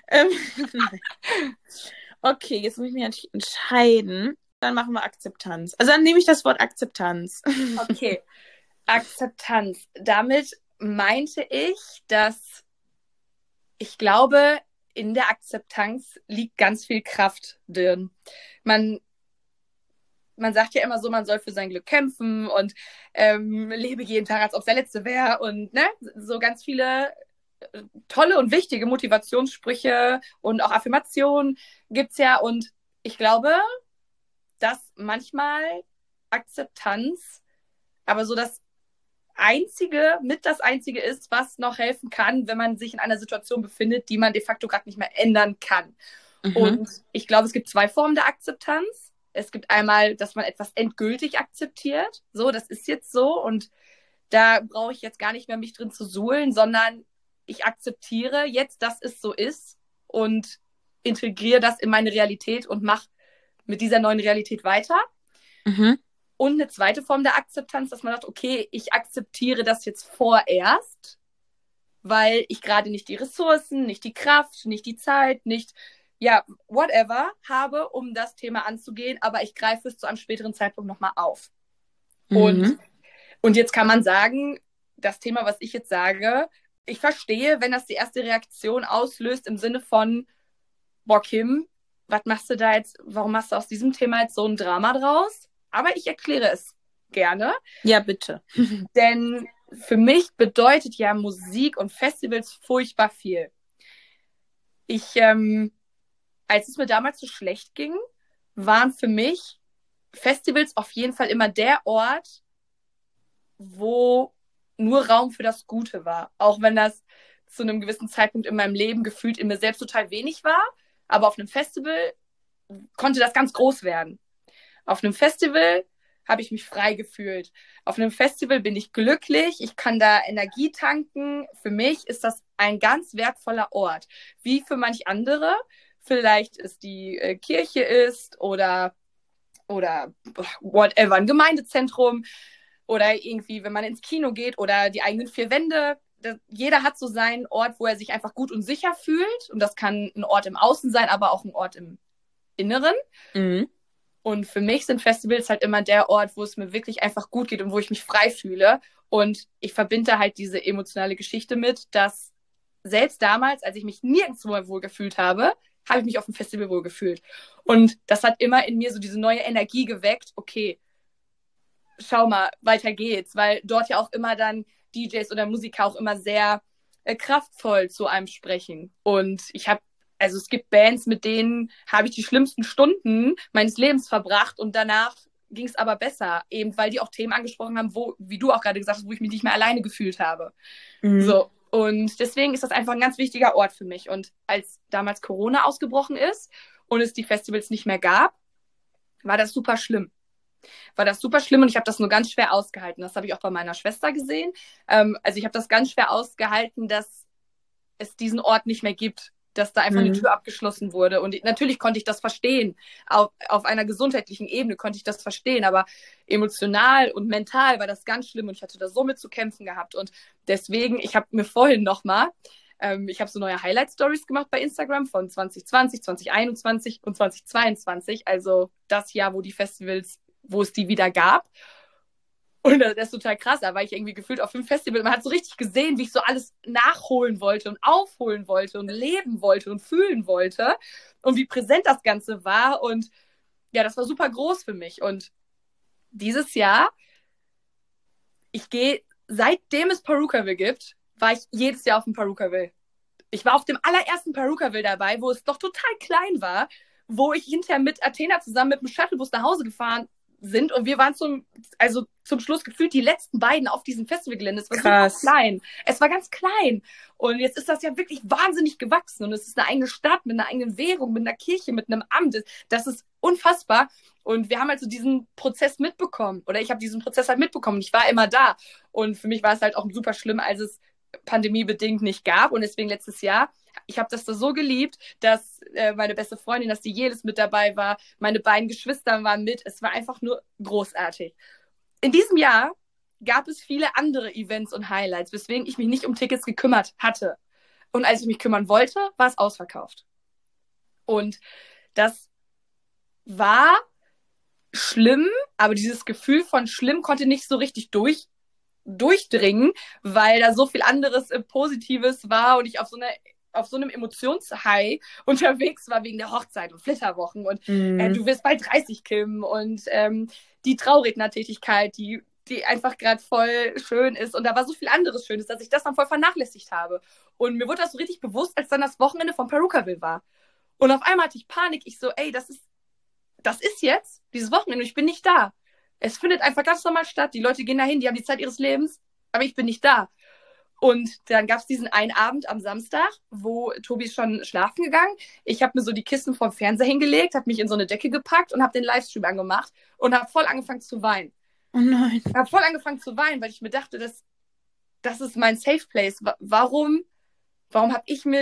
Okay, jetzt muss ich mich natürlich entscheiden. Dann machen wir Akzeptanz. Also dann nehme ich das Wort Akzeptanz. Okay, Akzeptanz. Damit meinte ich, dass ich glaube, in der Akzeptanz liegt ganz viel Kraft drin. Man sagt ja immer so, man soll für sein Glück kämpfen und lebe jeden Tag, als ob es der letzte wäre und ne, so ganz viele tolle und wichtige Motivationssprüche und auch Affirmationen gibt es ja und ich glaube, dass manchmal Akzeptanz aber so das Einzige ist, was noch helfen kann, wenn man sich in einer Situation befindet, die man de facto gerade nicht mehr ändern kann. Und ich glaube, es gibt 2 Formen der Akzeptanz. Es gibt einmal, dass man etwas endgültig akzeptiert. So, das ist jetzt so und da brauche ich jetzt gar nicht mehr mich drin zu suhlen, sondern ich akzeptiere jetzt, dass es so ist und integriere das in meine Realität und mache mit dieser neuen Realität weiter. Und eine zweite Form der Akzeptanz, dass man sagt, okay, ich akzeptiere das jetzt vorerst, weil ich gerade nicht die Ressourcen, nicht die Kraft, nicht die Zeit, nicht whatever habe, um das Thema anzugehen, aber ich greife es zu einem späteren Zeitpunkt nochmal auf. Und Und jetzt kann man sagen, das Thema, was ich jetzt sage, ich verstehe, wenn das die erste Reaktion auslöst im Sinne von, boah, Kim, was machst du da jetzt, warum machst du aus diesem Thema jetzt so ein Drama draus? Aber ich erkläre es gerne. Ja, bitte. Denn für mich bedeutet ja Musik und Festivals furchtbar viel. Als es mir damals so schlecht ging, waren für mich Festivals auf jeden Fall immer der Ort, wo nur Raum für das Gute war. Auch wenn das zu einem gewissen Zeitpunkt in meinem Leben gefühlt in mir selbst total wenig war. Aber auf einem Festival konnte das ganz groß werden. Auf einem Festival habe ich mich frei gefühlt. Auf einem Festival bin ich glücklich, ich kann da Energie tanken. Für mich ist das ein ganz wertvoller Ort. Wie für manch andere vielleicht es die Kirche ist oder whatever, ein Gemeindezentrum oder irgendwie, wenn man ins Kino geht oder die eigenen vier Wände. Jeder hat so seinen Ort, wo er sich einfach gut und sicher fühlt. Und das kann ein Ort im Außen sein, aber auch ein Ort im Inneren. Mhm. Und für mich sind Festivals halt immer der Ort, wo es mir wirklich einfach gut geht und wo ich mich frei fühle. Und ich verbinde halt diese emotionale Geschichte mit, dass selbst damals, als ich mich nirgendwo wohl gefühlt habe, habe ich mich auf dem Festival wohl gefühlt. Und das hat immer in mir so diese neue Energie geweckt. Okay, schau mal, weiter geht's. Weil dort ja auch immer dann DJs oder Musiker auch immer sehr kraftvoll zu einem sprechen. Und es gibt Bands, mit denen habe ich die schlimmsten Stunden meines Lebens verbracht und danach ging es aber besser, eben weil die auch Themen angesprochen haben, wo, wie du auch gerade gesagt hast, wo ich mich nicht mehr alleine gefühlt habe. Mhm. So. Und deswegen ist das einfach ein ganz wichtiger Ort für mich. Und als damals Corona ausgebrochen ist und es die Festivals nicht mehr gab, war das super schlimm. Und ich habe das nur ganz schwer ausgehalten. Das habe ich auch bei meiner Schwester gesehen. Also ich habe das ganz schwer ausgehalten, dass es diesen Ort nicht mehr gibt, dass da einfach die Tür abgeschlossen wurde. Und natürlich konnte ich das verstehen. Auf einer gesundheitlichen Ebene konnte ich das verstehen. Aber emotional und mental war das ganz schlimm und ich hatte da so mit zu kämpfen gehabt. Und deswegen, ich habe mir vorhin nochmal, ich habe so neue Highlight-Stories gemacht bei Instagram von 2020, 2021 und 2022. Also das Jahr, wo es die wieder gab. Und das ist total krass, da war ich irgendwie gefühlt auf 5 Festivals. Man hat so richtig gesehen, wie ich so alles nachholen wollte und aufholen wollte und leben wollte und fühlen wollte und wie präsent das Ganze war. Und ja, das war super groß für mich. Und dieses Jahr, seitdem es Perukaville gibt, war ich jedes Jahr auf dem Perukaville. Ich war auf dem allerersten Perukaville dabei, wo es doch total klein war, wo ich hinterher mit Athena zusammen mit dem Shuttlebus nach Hause gefahren sind und wir waren zum Schluss gefühlt die letzten beiden auf diesem Festivalgelände. Es war Krass. super klein. Es war ganz klein. Und jetzt ist das ja wirklich wahnsinnig gewachsen und es ist eine eigene Stadt mit einer eigenen Währung, mit einer Kirche, mit einem Amt. Das ist unfassbar. Und wir haben halt so diesen Prozess mitbekommen oder ich habe diesen Prozess halt mitbekommen. Ich war immer da und für mich war es halt auch super schlimm, als es pandemiebedingt nicht gab und deswegen letztes Jahr ich habe das da so geliebt, dass meine beste Freundin, dass die Jelis mit dabei war, meine beiden Geschwister waren mit. Es war einfach nur großartig. In diesem Jahr gab es viele andere Events und Highlights, weswegen ich mich nicht um Tickets gekümmert hatte. Und als ich mich kümmern wollte, war es ausverkauft. Und das war schlimm, aber dieses Gefühl von schlimm konnte nicht so richtig durchdringen, weil da so viel anderes Positives war und ich auf so einem Emotionshigh unterwegs war wegen der Hochzeit und Flitterwochen und du wirst bald 30, Kim, und die Traurednertätigkeit, die einfach gerade voll schön ist und da war so viel anderes Schönes, dass ich das dann voll vernachlässigt habe. Und mir wurde das so richtig bewusst, als dann das Wochenende von Perukaville war. Und auf einmal hatte ich Panik. Ich so, ey, das ist jetzt dieses Wochenende, ich bin nicht da. Es findet einfach ganz normal statt. Die Leute gehen dahin, die haben die Zeit ihres Lebens, aber ich bin nicht da. Und dann gab es diesen einen Abend am Samstag, wo Tobi ist schon schlafen gegangen. Ich habe mir so die Kissen vom Fernseher hingelegt, habe mich in so eine Decke gepackt und habe den Livestream angemacht und habe voll angefangen zu weinen. Oh nein. Ich habe voll angefangen zu weinen, weil ich mir dachte, das ist mein Safe Place. Warum habe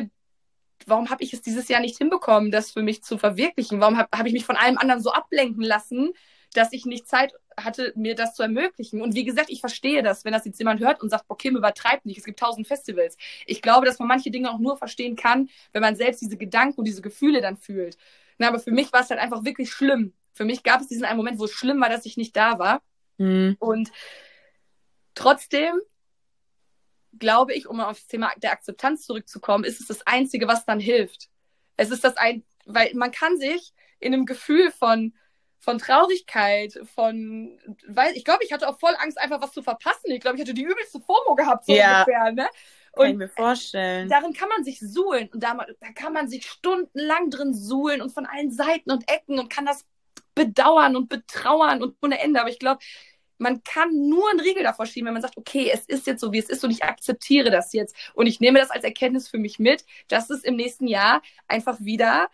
ich es dieses Jahr nicht hinbekommen, das für mich zu verwirklichen? Warum hab ich mich von allem anderen so ablenken lassen, dass ich nicht Zeit hatte, mir das zu ermöglichen? Und wie gesagt, ich verstehe das, wenn das jetzt jemand hört und sagt, okay, übertreibt nicht, es gibt 1000 Festivals. Ich glaube, dass man manche Dinge auch nur verstehen kann, wenn man selbst diese Gedanken und diese Gefühle dann fühlt. Na, aber für mich war es halt einfach wirklich schlimm. Für mich gab es diesen einen Moment, wo es schlimm war, dass ich nicht da war. Und Trotzdem glaube ich, um auf das Thema der Akzeptanz zurückzukommen, ist es das Einzige, was dann hilft. Es ist weil man kann sich in einem Gefühl von Traurigkeit, ich glaube, ich hatte auch voll Angst, einfach was zu verpassen. Ich glaube, ich hatte die übelste FOMO gehabt, so ungefähr, ne? Kann ich mir vorstellen. Darin kann man sich suhlen und da kann man sich stundenlang drin suhlen und von allen Seiten und Ecken und kann das bedauern und betrauern und ohne Ende. Aber ich glaube, man kann nur einen Riegel davor schieben, wenn man sagt, okay, es ist jetzt so, wie es ist und ich akzeptiere das jetzt. Und ich nehme das als Erkenntnis für mich mit, dass es im nächsten Jahr einfach wieder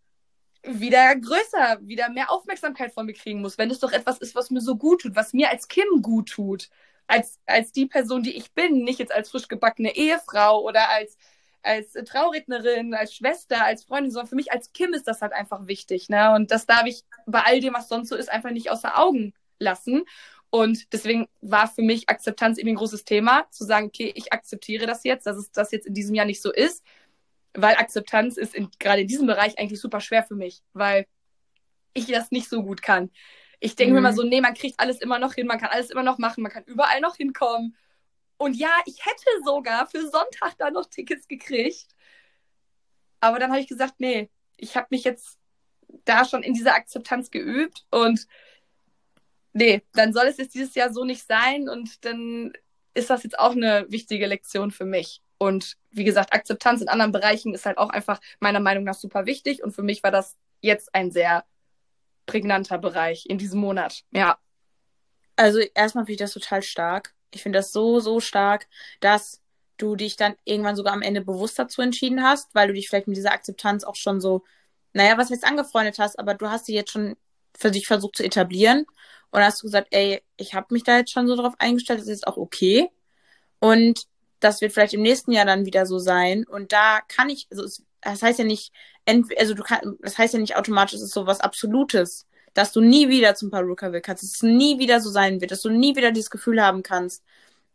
größer, wieder mehr Aufmerksamkeit von mir kriegen muss, wenn es doch etwas ist, was mir so gut tut, was mir als Kim gut tut, als die Person, die ich bin, nicht jetzt als frisch gebackene Ehefrau oder als Traurednerin, als Schwester, als Freundin, sondern für mich als Kim ist das halt einfach wichtig, ne? Und das darf ich bei all dem, was sonst so ist, einfach nicht außer Augen lassen. Und deswegen war für mich Akzeptanz eben ein großes Thema, zu sagen, okay, ich akzeptiere das jetzt, dass es das jetzt in diesem Jahr nicht so ist, weil Akzeptanz ist gerade in diesem Bereich eigentlich super schwer für mich, weil ich das nicht so gut kann. Ich denke mir immer so, nee, man kriegt alles immer noch hin, man kann alles immer noch machen, man kann überall noch hinkommen. Und ja, ich hätte sogar für Sonntag da noch Tickets gekriegt. Aber dann habe ich gesagt, nee, ich habe mich jetzt da schon in dieser Akzeptanz geübt und nee, dann soll es jetzt dieses Jahr so nicht sein und dann ist das jetzt auch eine wichtige Lektion für mich. Und wie gesagt, Akzeptanz in anderen Bereichen ist halt auch einfach meiner Meinung nach super wichtig und für mich war das jetzt ein sehr prägnanter Bereich in diesem Monat, ja. Also erstmal finde ich das total stark. Ich finde das so, so stark, dass du dich dann irgendwann sogar am Ende bewusst dazu entschieden hast, weil du dich vielleicht mit dieser Akzeptanz auch schon so, naja, was heißt angefreundet hast, aber du hast sie jetzt schon für dich versucht zu etablieren und hast gesagt, ey, ich habe mich da jetzt schon so drauf eingestellt, das ist auch okay und das wird vielleicht im nächsten Jahr dann wieder so sein und da kann ich, also das heißt ja nicht, das heißt ja nicht automatisch, es ist so was Absolutes, dass du nie wieder zum Paruka will kannst, dass es nie wieder so sein wird, dass du nie wieder dieses Gefühl haben kannst.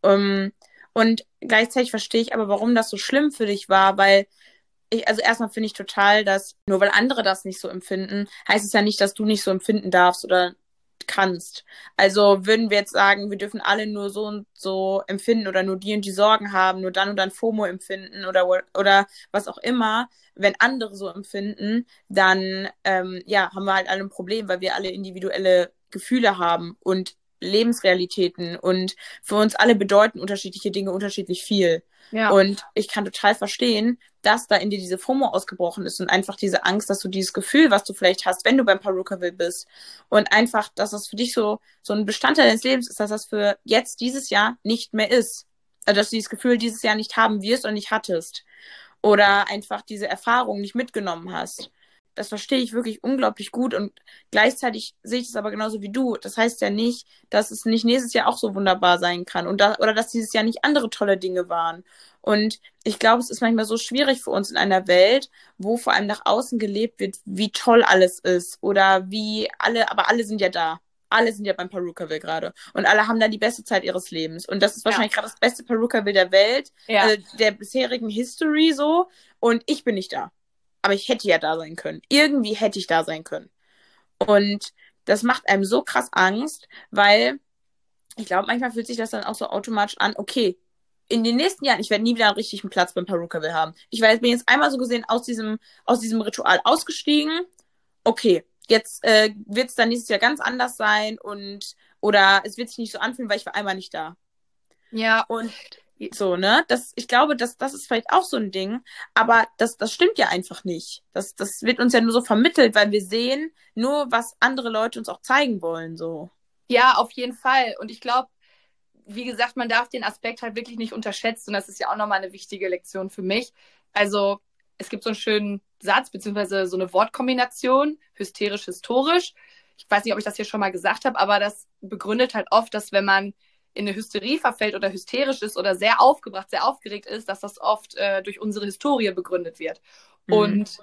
Und gleichzeitig verstehe ich aber, warum das so schlimm für dich war, weil also erstmal finde ich total, dass nur weil andere das nicht so empfinden, heißt es ja nicht, dass du nicht so empfinden darfst oder kannst. Also würden wir jetzt sagen, wir dürfen alle nur so und so empfinden oder nur die und die Sorgen haben, nur dann und dann FOMO empfinden oder was auch immer, wenn andere so empfinden, dann ja, haben wir halt alle ein Problem, weil wir alle individuelle Gefühle haben und Lebensrealitäten und für uns alle bedeuten unterschiedliche Dinge unterschiedlich viel. Ja. Und ich kann total verstehen, dass da in dir diese FOMO ausgebrochen ist und einfach diese Angst, dass du dieses Gefühl, was du vielleicht hast, wenn du beim Perukaville bist und einfach, dass das für dich so ein Bestandteil deines Lebens ist, dass das für jetzt dieses Jahr nicht mehr ist. Also, dass du dieses Gefühl dieses Jahr nicht haben wirst und nicht hattest. Oder einfach diese Erfahrung nicht mitgenommen hast. Das verstehe ich wirklich unglaublich gut und gleichzeitig sehe ich es aber genauso wie du. Das heißt ja nicht, dass es nicht nächstes Jahr auch so wunderbar sein kann oder dass dieses Jahr nicht andere tolle Dinge waren. Und ich glaube, es ist manchmal so schwierig für uns in einer Welt, wo vor allem nach außen gelebt wird, wie toll alles ist oder aber alle sind ja da. Alle sind ja beim Perukaville gerade. Und alle haben da die beste Zeit ihres Lebens. Und das ist wahrscheinlich gerade das beste Perukaville der Welt, der bisherigen History so. Und ich bin nicht da. Aber ich hätte ja da sein können. Irgendwie hätte ich da sein können. Und das macht einem so krass Angst, weil ich glaube, manchmal fühlt sich das dann auch so automatisch an, okay, in den nächsten Jahren, ich werde nie wieder einen richtigen Platz beim Perukaville haben. Bin jetzt einmal so gesehen aus diesem Ritual ausgestiegen. Okay, jetzt wird es dann nächstes Jahr ganz anders sein oder es wird sich nicht so anfühlen, weil ich war einmal nicht da. Ja. Und so, ne? Ich glaube, das ist vielleicht auch so ein Ding, aber das stimmt ja einfach nicht. Das wird uns ja nur so vermittelt, weil wir sehen nur, was andere Leute uns auch zeigen wollen, so. Ja, auf jeden Fall. Und ich glaube, wie gesagt, man darf den Aspekt halt wirklich nicht unterschätzen. Und das ist ja auch nochmal eine wichtige Lektion für mich. Also, es gibt so einen schönen Satz, beziehungsweise so eine Wortkombination, hysterisch-historisch. Ich weiß nicht, ob ich das hier schon mal gesagt habe, aber das begründet halt oft, dass wenn man in eine Hysterie verfällt oder hysterisch ist oder sehr aufgebracht, sehr aufgeregt ist, dass das oft durch unsere Historie begründet wird. Und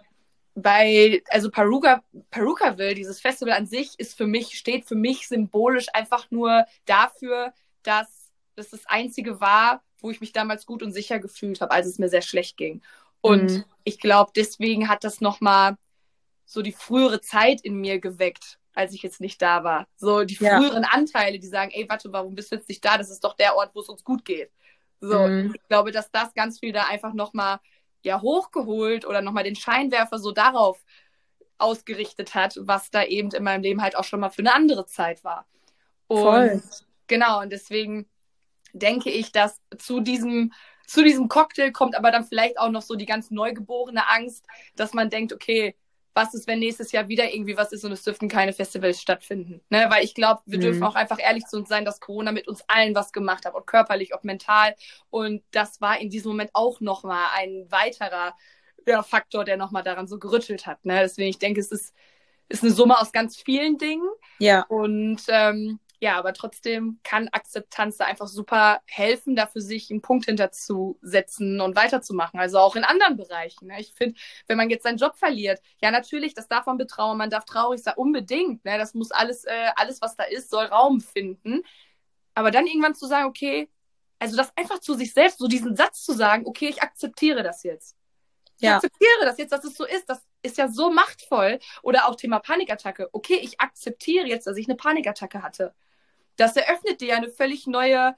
Perukaville, dieses Festival an sich, steht für mich symbolisch einfach nur dafür, dass das Einzige war, wo ich mich damals gut und sicher gefühlt habe, als es mir sehr schlecht ging. Und ich glaube, deswegen hat das nochmal so die frühere Zeit in mir geweckt. als ich jetzt nicht da war. So die Ja. früheren Anteile, die sagen, ey, warte, warum bist du jetzt nicht da? Das ist doch der Ort, wo es uns gut geht. So, ich glaube, dass das ganz viel da einfach nochmal hochgeholt oder nochmal den Scheinwerfer so darauf ausgerichtet hat, was da eben in meinem Leben halt auch schon mal für eine andere Zeit war. Und Voll. genau, und deswegen denke ich, dass zu diesem Cocktail kommt aber dann vielleicht auch noch so die ganz neugeborene Angst, dass man denkt, okay, was ist, wenn nächstes Jahr wieder irgendwie was ist und es dürften keine Festivals stattfinden? Ne? Weil ich glaube, wir dürfen auch einfach ehrlich zu uns sein, dass Corona mit uns allen was gemacht hat, ob körperlich, ob mental. Und das war in diesem Moment auch nochmal ein weiterer Faktor, der nochmal daran so gerüttelt hat. Ne? Deswegen, ich denke, es ist eine Summe aus ganz vielen Dingen. Ja. Und aber trotzdem kann Akzeptanz da einfach super helfen, da für sich einen Punkt hinterzusetzen und weiterzumachen. Also auch in anderen Bereichen. Ne? Ich finde, wenn man jetzt seinen Job verliert, ja natürlich, das darf man betrauern, man darf traurig sein, unbedingt. Ne? Das muss alles, was da ist, soll Raum finden. Aber dann irgendwann zu sagen, okay, also das einfach zu sich selbst, so diesen Satz zu sagen, okay, ich akzeptiere das jetzt. Ich akzeptiere das jetzt, dass es so ist. Das ist ja so machtvoll. Oder auch Thema Panikattacke. Okay, ich akzeptiere jetzt, dass ich eine Panikattacke hatte. Das eröffnet dir ja einen völlig neuen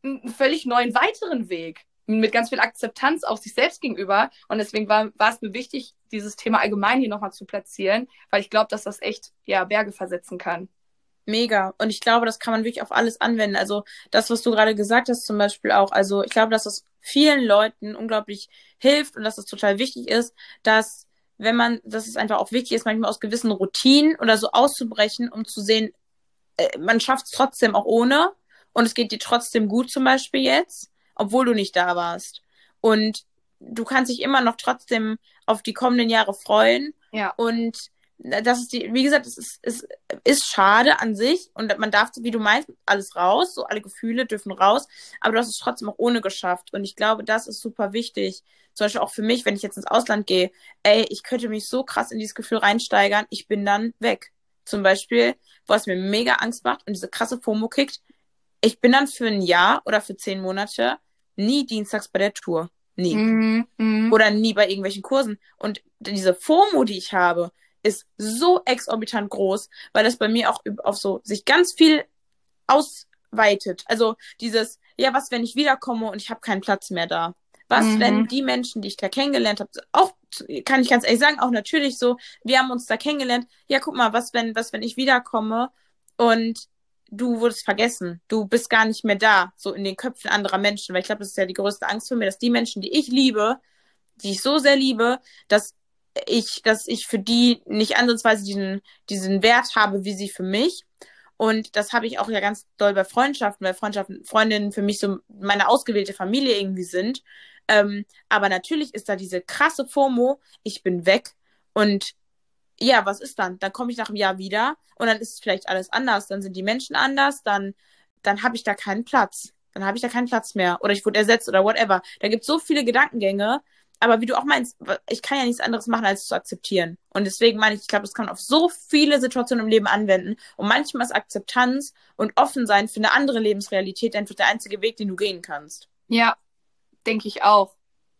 weiteren Weg. Mit ganz viel Akzeptanz auch sich selbst gegenüber. Und deswegen war es mir wichtig, dieses Thema allgemein hier nochmal zu platzieren, weil ich glaube, dass das echt Berge versetzen kann. Mega. Und ich glaube, das kann man wirklich auf alles anwenden. Also das, was du gerade gesagt hast zum Beispiel auch. Also ich glaube, dass das vielen Leuten unglaublich hilft und dass es total wichtig ist, dass es einfach auch wichtig ist, manchmal aus gewissen Routinen oder so auszubrechen, um zu sehen, man schafft es trotzdem auch ohne und es geht dir trotzdem gut zum Beispiel jetzt, obwohl du nicht da warst. Und du kannst dich immer noch trotzdem auf die kommenden Jahre freuen. Ja. Und das ist wie gesagt, es ist schade an sich und man darf, wie du meinst, alles raus, so alle Gefühle dürfen raus, aber du hast es trotzdem auch ohne geschafft und ich glaube, das ist super wichtig, zum Beispiel auch für mich, wenn ich jetzt ins Ausland gehe, ich könnte mich so krass in dieses Gefühl reinsteigern, ich bin dann weg. Zum Beispiel, was mir mega Angst macht und diese krasse FOMO kickt, ich bin dann für ein Jahr oder für 10 Monate nie dienstags bei der Tour. Nie. Oder nie bei irgendwelchen Kursen. Und diese FOMO, die ich habe, ist so exorbitant groß, weil das bei mir auch auf so sich ganz viel ausweitet. Also dieses, ja, was, wenn ich wiederkomme und ich habe keinen Platz mehr da? Was, wenn die Menschen, die ich da kennengelernt habe, auch, kann ich ganz ehrlich sagen, auch natürlich so, wir haben uns da kennengelernt, ja, guck mal, was, wenn ich wiederkomme und du wurdest vergessen, du bist gar nicht mehr da, so in den Köpfen anderer Menschen, weil ich glaube, das ist ja die größte Angst für mich, dass die Menschen, die ich liebe, die ich so sehr liebe, dass ich für die nicht ansatzweise diesen Wert habe, wie sie für mich. Und das habe ich auch ja ganz doll bei Freundschaften, weil Freundinnen für mich so meine ausgewählte Familie irgendwie sind. Aber natürlich ist da diese krasse FOMO, ich bin weg. Und ja, was ist dann? Dann komme ich nach einem Jahr wieder und dann ist vielleicht alles anders. Dann sind die Menschen anders, dann habe ich da keinen Platz. Dann habe ich da keinen Platz mehr. Oder ich wurde ersetzt oder whatever. Da gibt es so viele Gedankengänge. Aber wie du auch meinst, ich kann ja nichts anderes machen, als es zu akzeptieren. Und deswegen meine ich glaube, das kann man auf so viele Situationen im Leben anwenden. Und manchmal ist Akzeptanz und offen sein für eine andere Lebensrealität einfach der einzige Weg, den du gehen kannst. Ja, denke ich auch.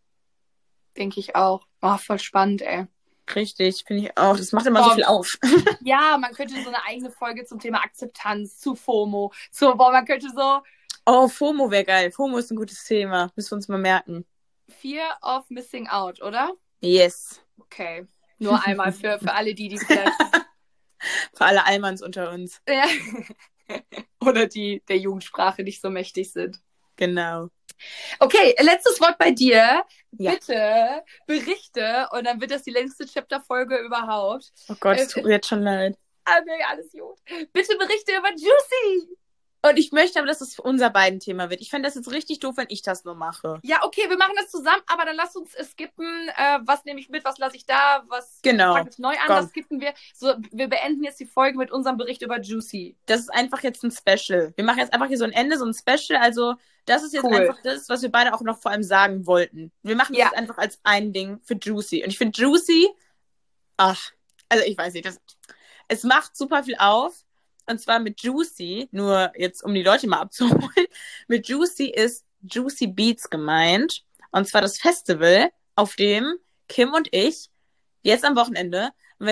Oh, voll spannend, ey. Richtig, finde ich auch. Das macht immer so viel auf. Ja, man könnte so eine eigene Folge zum Thema Akzeptanz, zu FOMO, man könnte so... Oh, FOMO wäre geil. FOMO ist ein gutes Thema. Müssen wir uns mal merken. Fear of Missing Out, oder? Yes. Okay. Nur einmal für alle, die vielleicht... Für alle Allmanns unter uns. Ja. Oder die der Jugendsprache nicht so mächtig sind. Genau. Okay, letztes Wort bei dir. Ja. Bitte berichte, und dann wird das die längste Chapter-Folge überhaupt. Oh Gott, es tut mir jetzt schon leid. Nee, alles gut. Bitte berichte über Juicy. Und ich möchte aber, dass es für unser beiden Thema wird. Ich fände das jetzt richtig doof, wenn ich das nur mache. Ja, okay, wir machen das zusammen, aber dann lass uns skippen. Was nehme ich mit, was lasse ich da, was fange ich neu an, das skippen wir. So, wir beenden jetzt die Folge mit unserem Bericht über Juicy. Das ist einfach jetzt ein Special. Wir machen jetzt einfach hier so ein Ende, so ein Special. Also das ist jetzt einfach das, was wir beide auch noch vor allem sagen wollten. Wir machen das jetzt einfach als ein Ding für Juicy. Und ich finde Juicy, also ich weiß nicht, es macht super viel auf. Und zwar mit Juicy, nur jetzt, um die Leute mal abzuholen, mit Juicy ist Juicy Beats gemeint. Und zwar das Festival, auf dem Kim und ich jetzt am Wochenende mit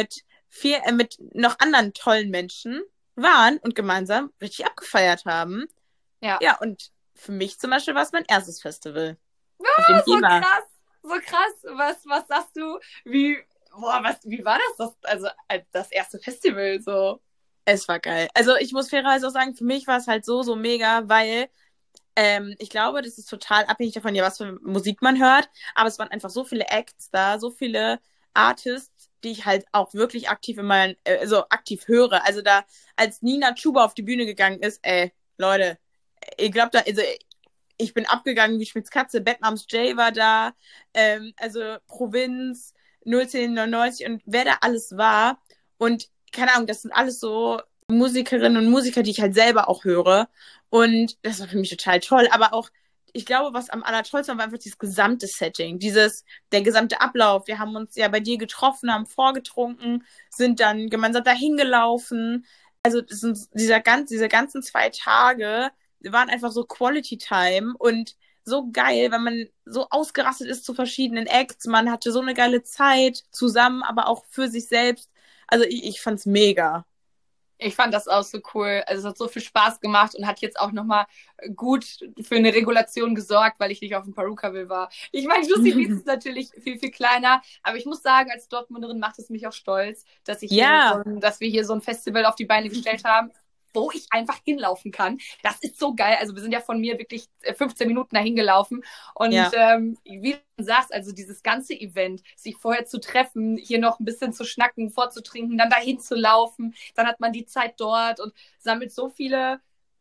mit noch anderen tollen Menschen waren und gemeinsam richtig abgefeiert haben. Ja. Ja, und für mich zum Beispiel war es mein erstes Festival. Auf dem so krass, so krass. Was sagst du? Wie war das? Also das erste Festival so? Es war geil. Also ich muss fairerweise auch sagen, für mich war es halt so mega, weil ich glaube, das ist total abhängig davon, ja, was für Musik man hört. Aber es waren einfach so viele Acts da, so viele Artists, die ich halt auch wirklich aktiv aktiv höre. Also da, als Nina Chuba auf die Bühne gegangen ist, Leute, ich glaube ich bin abgegangen wie Schmitz Katze. Batmams Jay war da, also Provinz, 01099 und wer da alles war. Und keine Ahnung, das sind alles so Musikerinnen und Musiker, die ich halt selber auch höre. Und das war für mich total toll. Aber auch, ich glaube, was am allertollsten war einfach dieses gesamte Setting, der gesamte Ablauf. Wir haben uns ja bei dir getroffen, haben vorgetrunken, sind dann gemeinsam dahin gelaufen. Also diese ganzen 2 Tage waren einfach so Quality Time und so geil, weil man so ausgerastet ist zu verschiedenen Acts. Man hatte so eine geile Zeit zusammen, aber auch für sich selbst. Also ich fand's mega. Ich fand das auch so cool. Also es hat so viel Spaß gemacht und hat jetzt auch nochmal gut für eine Regulation gesorgt, weil ich nicht auf dem Perukaville war. Ich meine, Lucy Beats ist natürlich viel, viel kleiner, aber ich muss sagen, als Dortmunderin macht es mich auch stolz, dass dass wir hier so ein Festival auf die Beine gestellt haben, wo ich einfach hinlaufen kann. Das ist so geil. Also wir sind ja von mir wirklich 15 Minuten dahin gelaufen. Und wie du sagst, also dieses ganze Event, sich vorher zu treffen, hier noch ein bisschen zu schnacken, vorzutrinken, dann dahin zu laufen, dann hat man die Zeit dort und sammelt so viele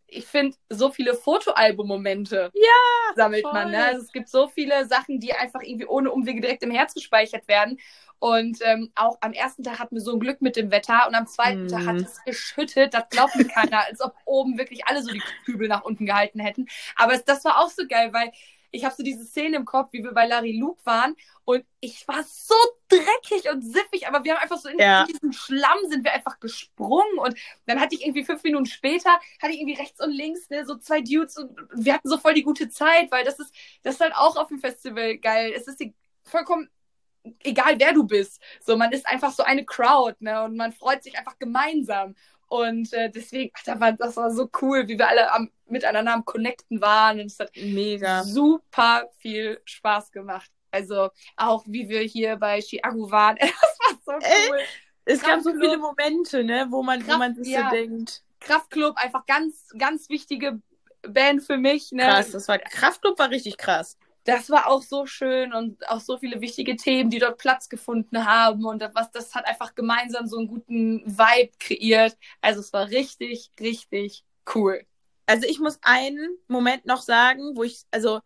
Fotoalbum-Momente. Ja, sammelt man. Ne? Also es gibt so viele Sachen, die einfach irgendwie ohne Umwege direkt im Herz gespeichert werden. Und auch am ersten Tag hatten wir so ein Glück mit dem Wetter und am zweiten Tag hat es geschüttet. Das glaubt mir keiner, als ob oben wirklich alle so die Kübel nach unten gehalten hätten. Aber das war auch so geil, weil ich habe so diese Szene im Kopf, wie wir bei Larry Luke waren und ich war so dreckig und siffig, aber wir haben einfach so in diesem Schlamm sind wir einfach gesprungen und dann hatte ich irgendwie 5 Minuten später, hatte ich irgendwie rechts und links so 2 Dudes und wir hatten so voll die gute Zeit, weil das ist halt auch auf dem Festival geil. Es ist vollkommen egal, wer du bist. So, man ist einfach so eine Crowd, ne, und man freut sich einfach gemeinsam. Und deswegen, das war so cool, wie wir alle miteinander am Connecten waren. Und es hat super viel Spaß gemacht. Also auch wie wir hier bei Chiago waren. Das war so cool. Es gab so viele Momente, ne, wo man sich so denkt. Kraftklub, einfach ganz, ganz wichtige Band für mich. Ne? Krass, Kraftklub war richtig krass. Das war auch so schön und auch so viele wichtige Themen, die dort Platz gefunden haben und das hat einfach gemeinsam so einen guten Vibe kreiert. Also es war richtig, richtig cool. Also ich muss einen Moment noch sagen, wo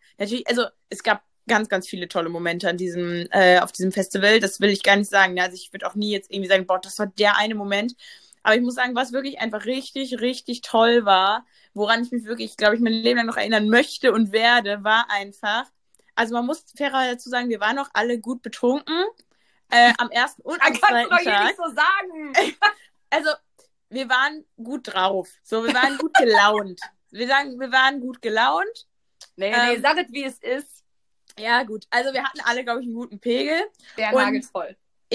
es gab ganz, ganz viele tolle Momente auf diesem Festival. Das will ich gar nicht sagen. Also ich würde auch nie jetzt irgendwie sagen, boah, das war der eine Moment. Aber ich muss sagen, was wirklich einfach richtig, richtig toll war, woran ich mich wirklich, glaube ich, mein Leben lang noch erinnern möchte und werde, war einfach, also man muss fairer dazu sagen, wir waren auch alle gut betrunken am ersten und am zweiten Tag. Kannst du doch hier nicht so sagen. Also wir waren gut drauf. So, wir waren gut gelaunt. Wir waren gut gelaunt. Nee, sag es, wie es ist. Ja, gut. Also wir hatten alle, glaube ich, einen guten Pegel. Der Nagel voll.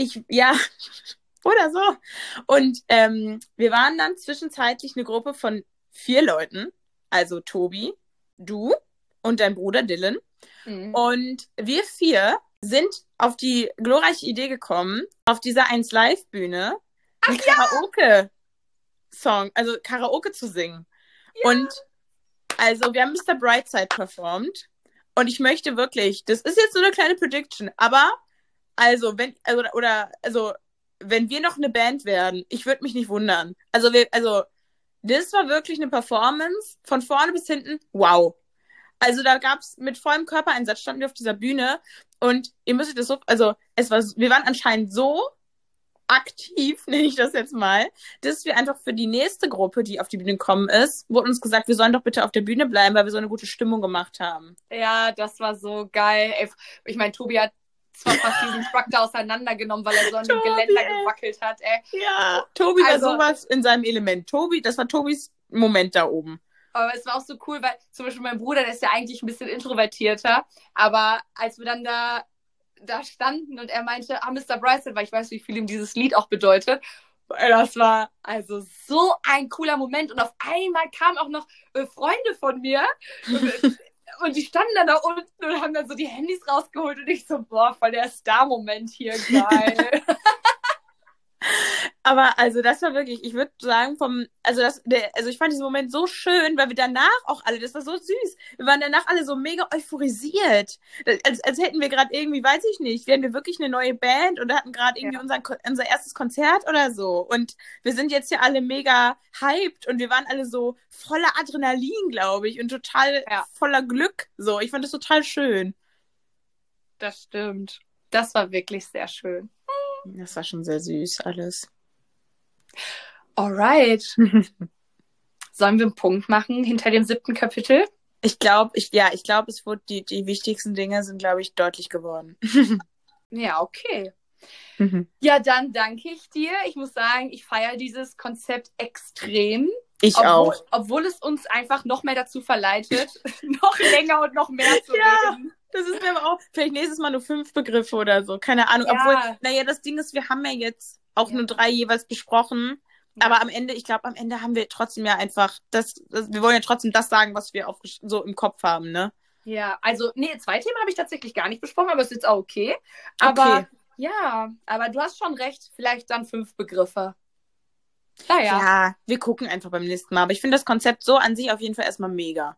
Oder so. Und wir waren dann zwischenzeitlich eine Gruppe von 4 Leuten. Also Tobi, du und dein Bruder Dylan. Mhm. Und wir 4 sind auf die glorreiche Idee gekommen, auf dieser 1Live-Bühne einen Karaoke-Song, also Karaoke zu singen. Ja. Und also wir haben Mr. Brightside performt. Und ich möchte wirklich, das ist jetzt so eine kleine Prediction, aber also, wenn wir noch eine Band werden, ich würde mich nicht wundern. Also das war wirklich eine Performance von vorne bis hinten. Wow. Also da gab's mit vollem Körpereinsatz standen wir auf dieser Bühne und ihr müsstet das so, also wir waren anscheinend so aktiv, nenne ich das jetzt mal, dass wir einfach für die nächste Gruppe, die auf die Bühne gekommen ist, wurde uns gesagt, wir sollen doch bitte auf der Bühne bleiben, weil wir so eine gute Stimmung gemacht haben. Ja, das war so geil. Ich meine, Tobi hat zwar fast diesen Truck da auseinandergenommen, weil er so an dem Geländer gewackelt hat. Ja, Tobi war sowas in seinem Element. Das war Tobis Moment da oben. Aber es war auch so cool, weil zum Beispiel mein Bruder, der ist ja eigentlich ein bisschen introvertierter, aber als wir dann da da standen und er meinte, Mr. Bryson, weil ich weiß, wie viel ihm dieses Lied auch bedeutet. Das war also so ein cooler Moment. Und auf einmal kamen auch noch Freunde von mir und die standen dann da unten und haben dann so die Handys rausgeholt und ich so, boah, voll der Star-Moment hier, geil. Aber also das war wirklich, ich würde sagen, also ich fand diesen Moment so schön, weil wir danach auch alle, das war so süß, wir waren danach alle so mega euphorisiert. Als hätten wir gerade irgendwie, weiß ich nicht, wären wir wirklich eine neue Band oder hatten gerade irgendwie unser erstes Konzert oder so. Und wir sind jetzt ja alle mega hyped und wir waren alle so voller Adrenalin, glaube ich, und total voller Glück. So, ich fand das total schön. Das stimmt. Das war wirklich sehr schön. Das war schon sehr süß, alles. Alright. Sollen wir einen Punkt machen hinter dem 7. Kapitel? Ich glaube, es wurde die wichtigsten Dinge sind, glaube ich, deutlich geworden. Ja, okay. Ja, dann danke ich dir. Ich muss sagen, ich feiere dieses Konzept extrem. Auch. Obwohl es uns einfach noch mehr dazu verleitet, noch länger und noch mehr zu reden. Das ist mir aber auch vielleicht nächstes Mal nur 5 Begriffe oder so. Keine Ahnung. Ja. Obwohl, das Ding ist, wir haben ja jetzt auch nur 3 jeweils besprochen. Ja. Aber am Ende haben wir trotzdem ja einfach wir wollen ja trotzdem das sagen, was wir so im Kopf haben, ne? Ja, also, 2 Themen habe ich tatsächlich gar nicht besprochen, aber ist jetzt auch okay. Aber, aber du hast schon recht, vielleicht dann 5 Begriffe. Naja. Ja, wir gucken einfach beim nächsten Mal. Aber ich finde das Konzept so an sich auf jeden Fall erstmal mega.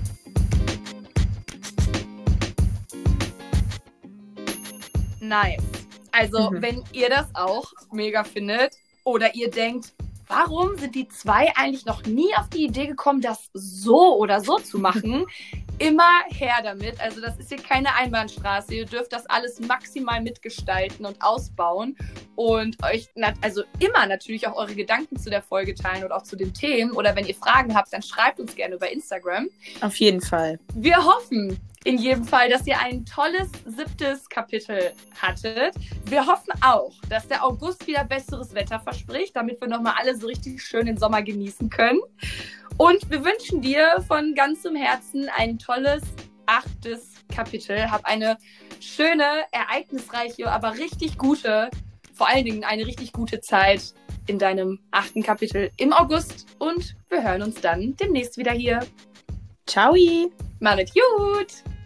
Nice. Also, wenn ihr das auch mega findet oder ihr denkt, warum sind die 2 eigentlich noch nie auf die Idee gekommen, das so oder so zu machen? Immer her damit. Also das ist hier keine Einbahnstraße. Ihr dürft das alles maximal mitgestalten und ausbauen und euch immer natürlich auch eure Gedanken zu der Folge teilen oder auch zu den Themen. Oder wenn ihr Fragen habt, dann schreibt uns gerne über Instagram. Auf jeden Fall. Wir hoffen in jedem Fall, dass ihr ein tolles 7. Kapitel hattet. Wir hoffen auch, dass der August wieder besseres Wetter verspricht, damit wir nochmal alle so richtig schön den Sommer genießen können. Und wir wünschen dir von ganzem Herzen ein tolles 8. Kapitel. Hab eine schöne, ereignisreiche, aber richtig gute, vor allen Dingen eine richtig gute Zeit in deinem 8. Kapitel im August. Und wir hören uns dann demnächst wieder hier. Ciao! Macht gut!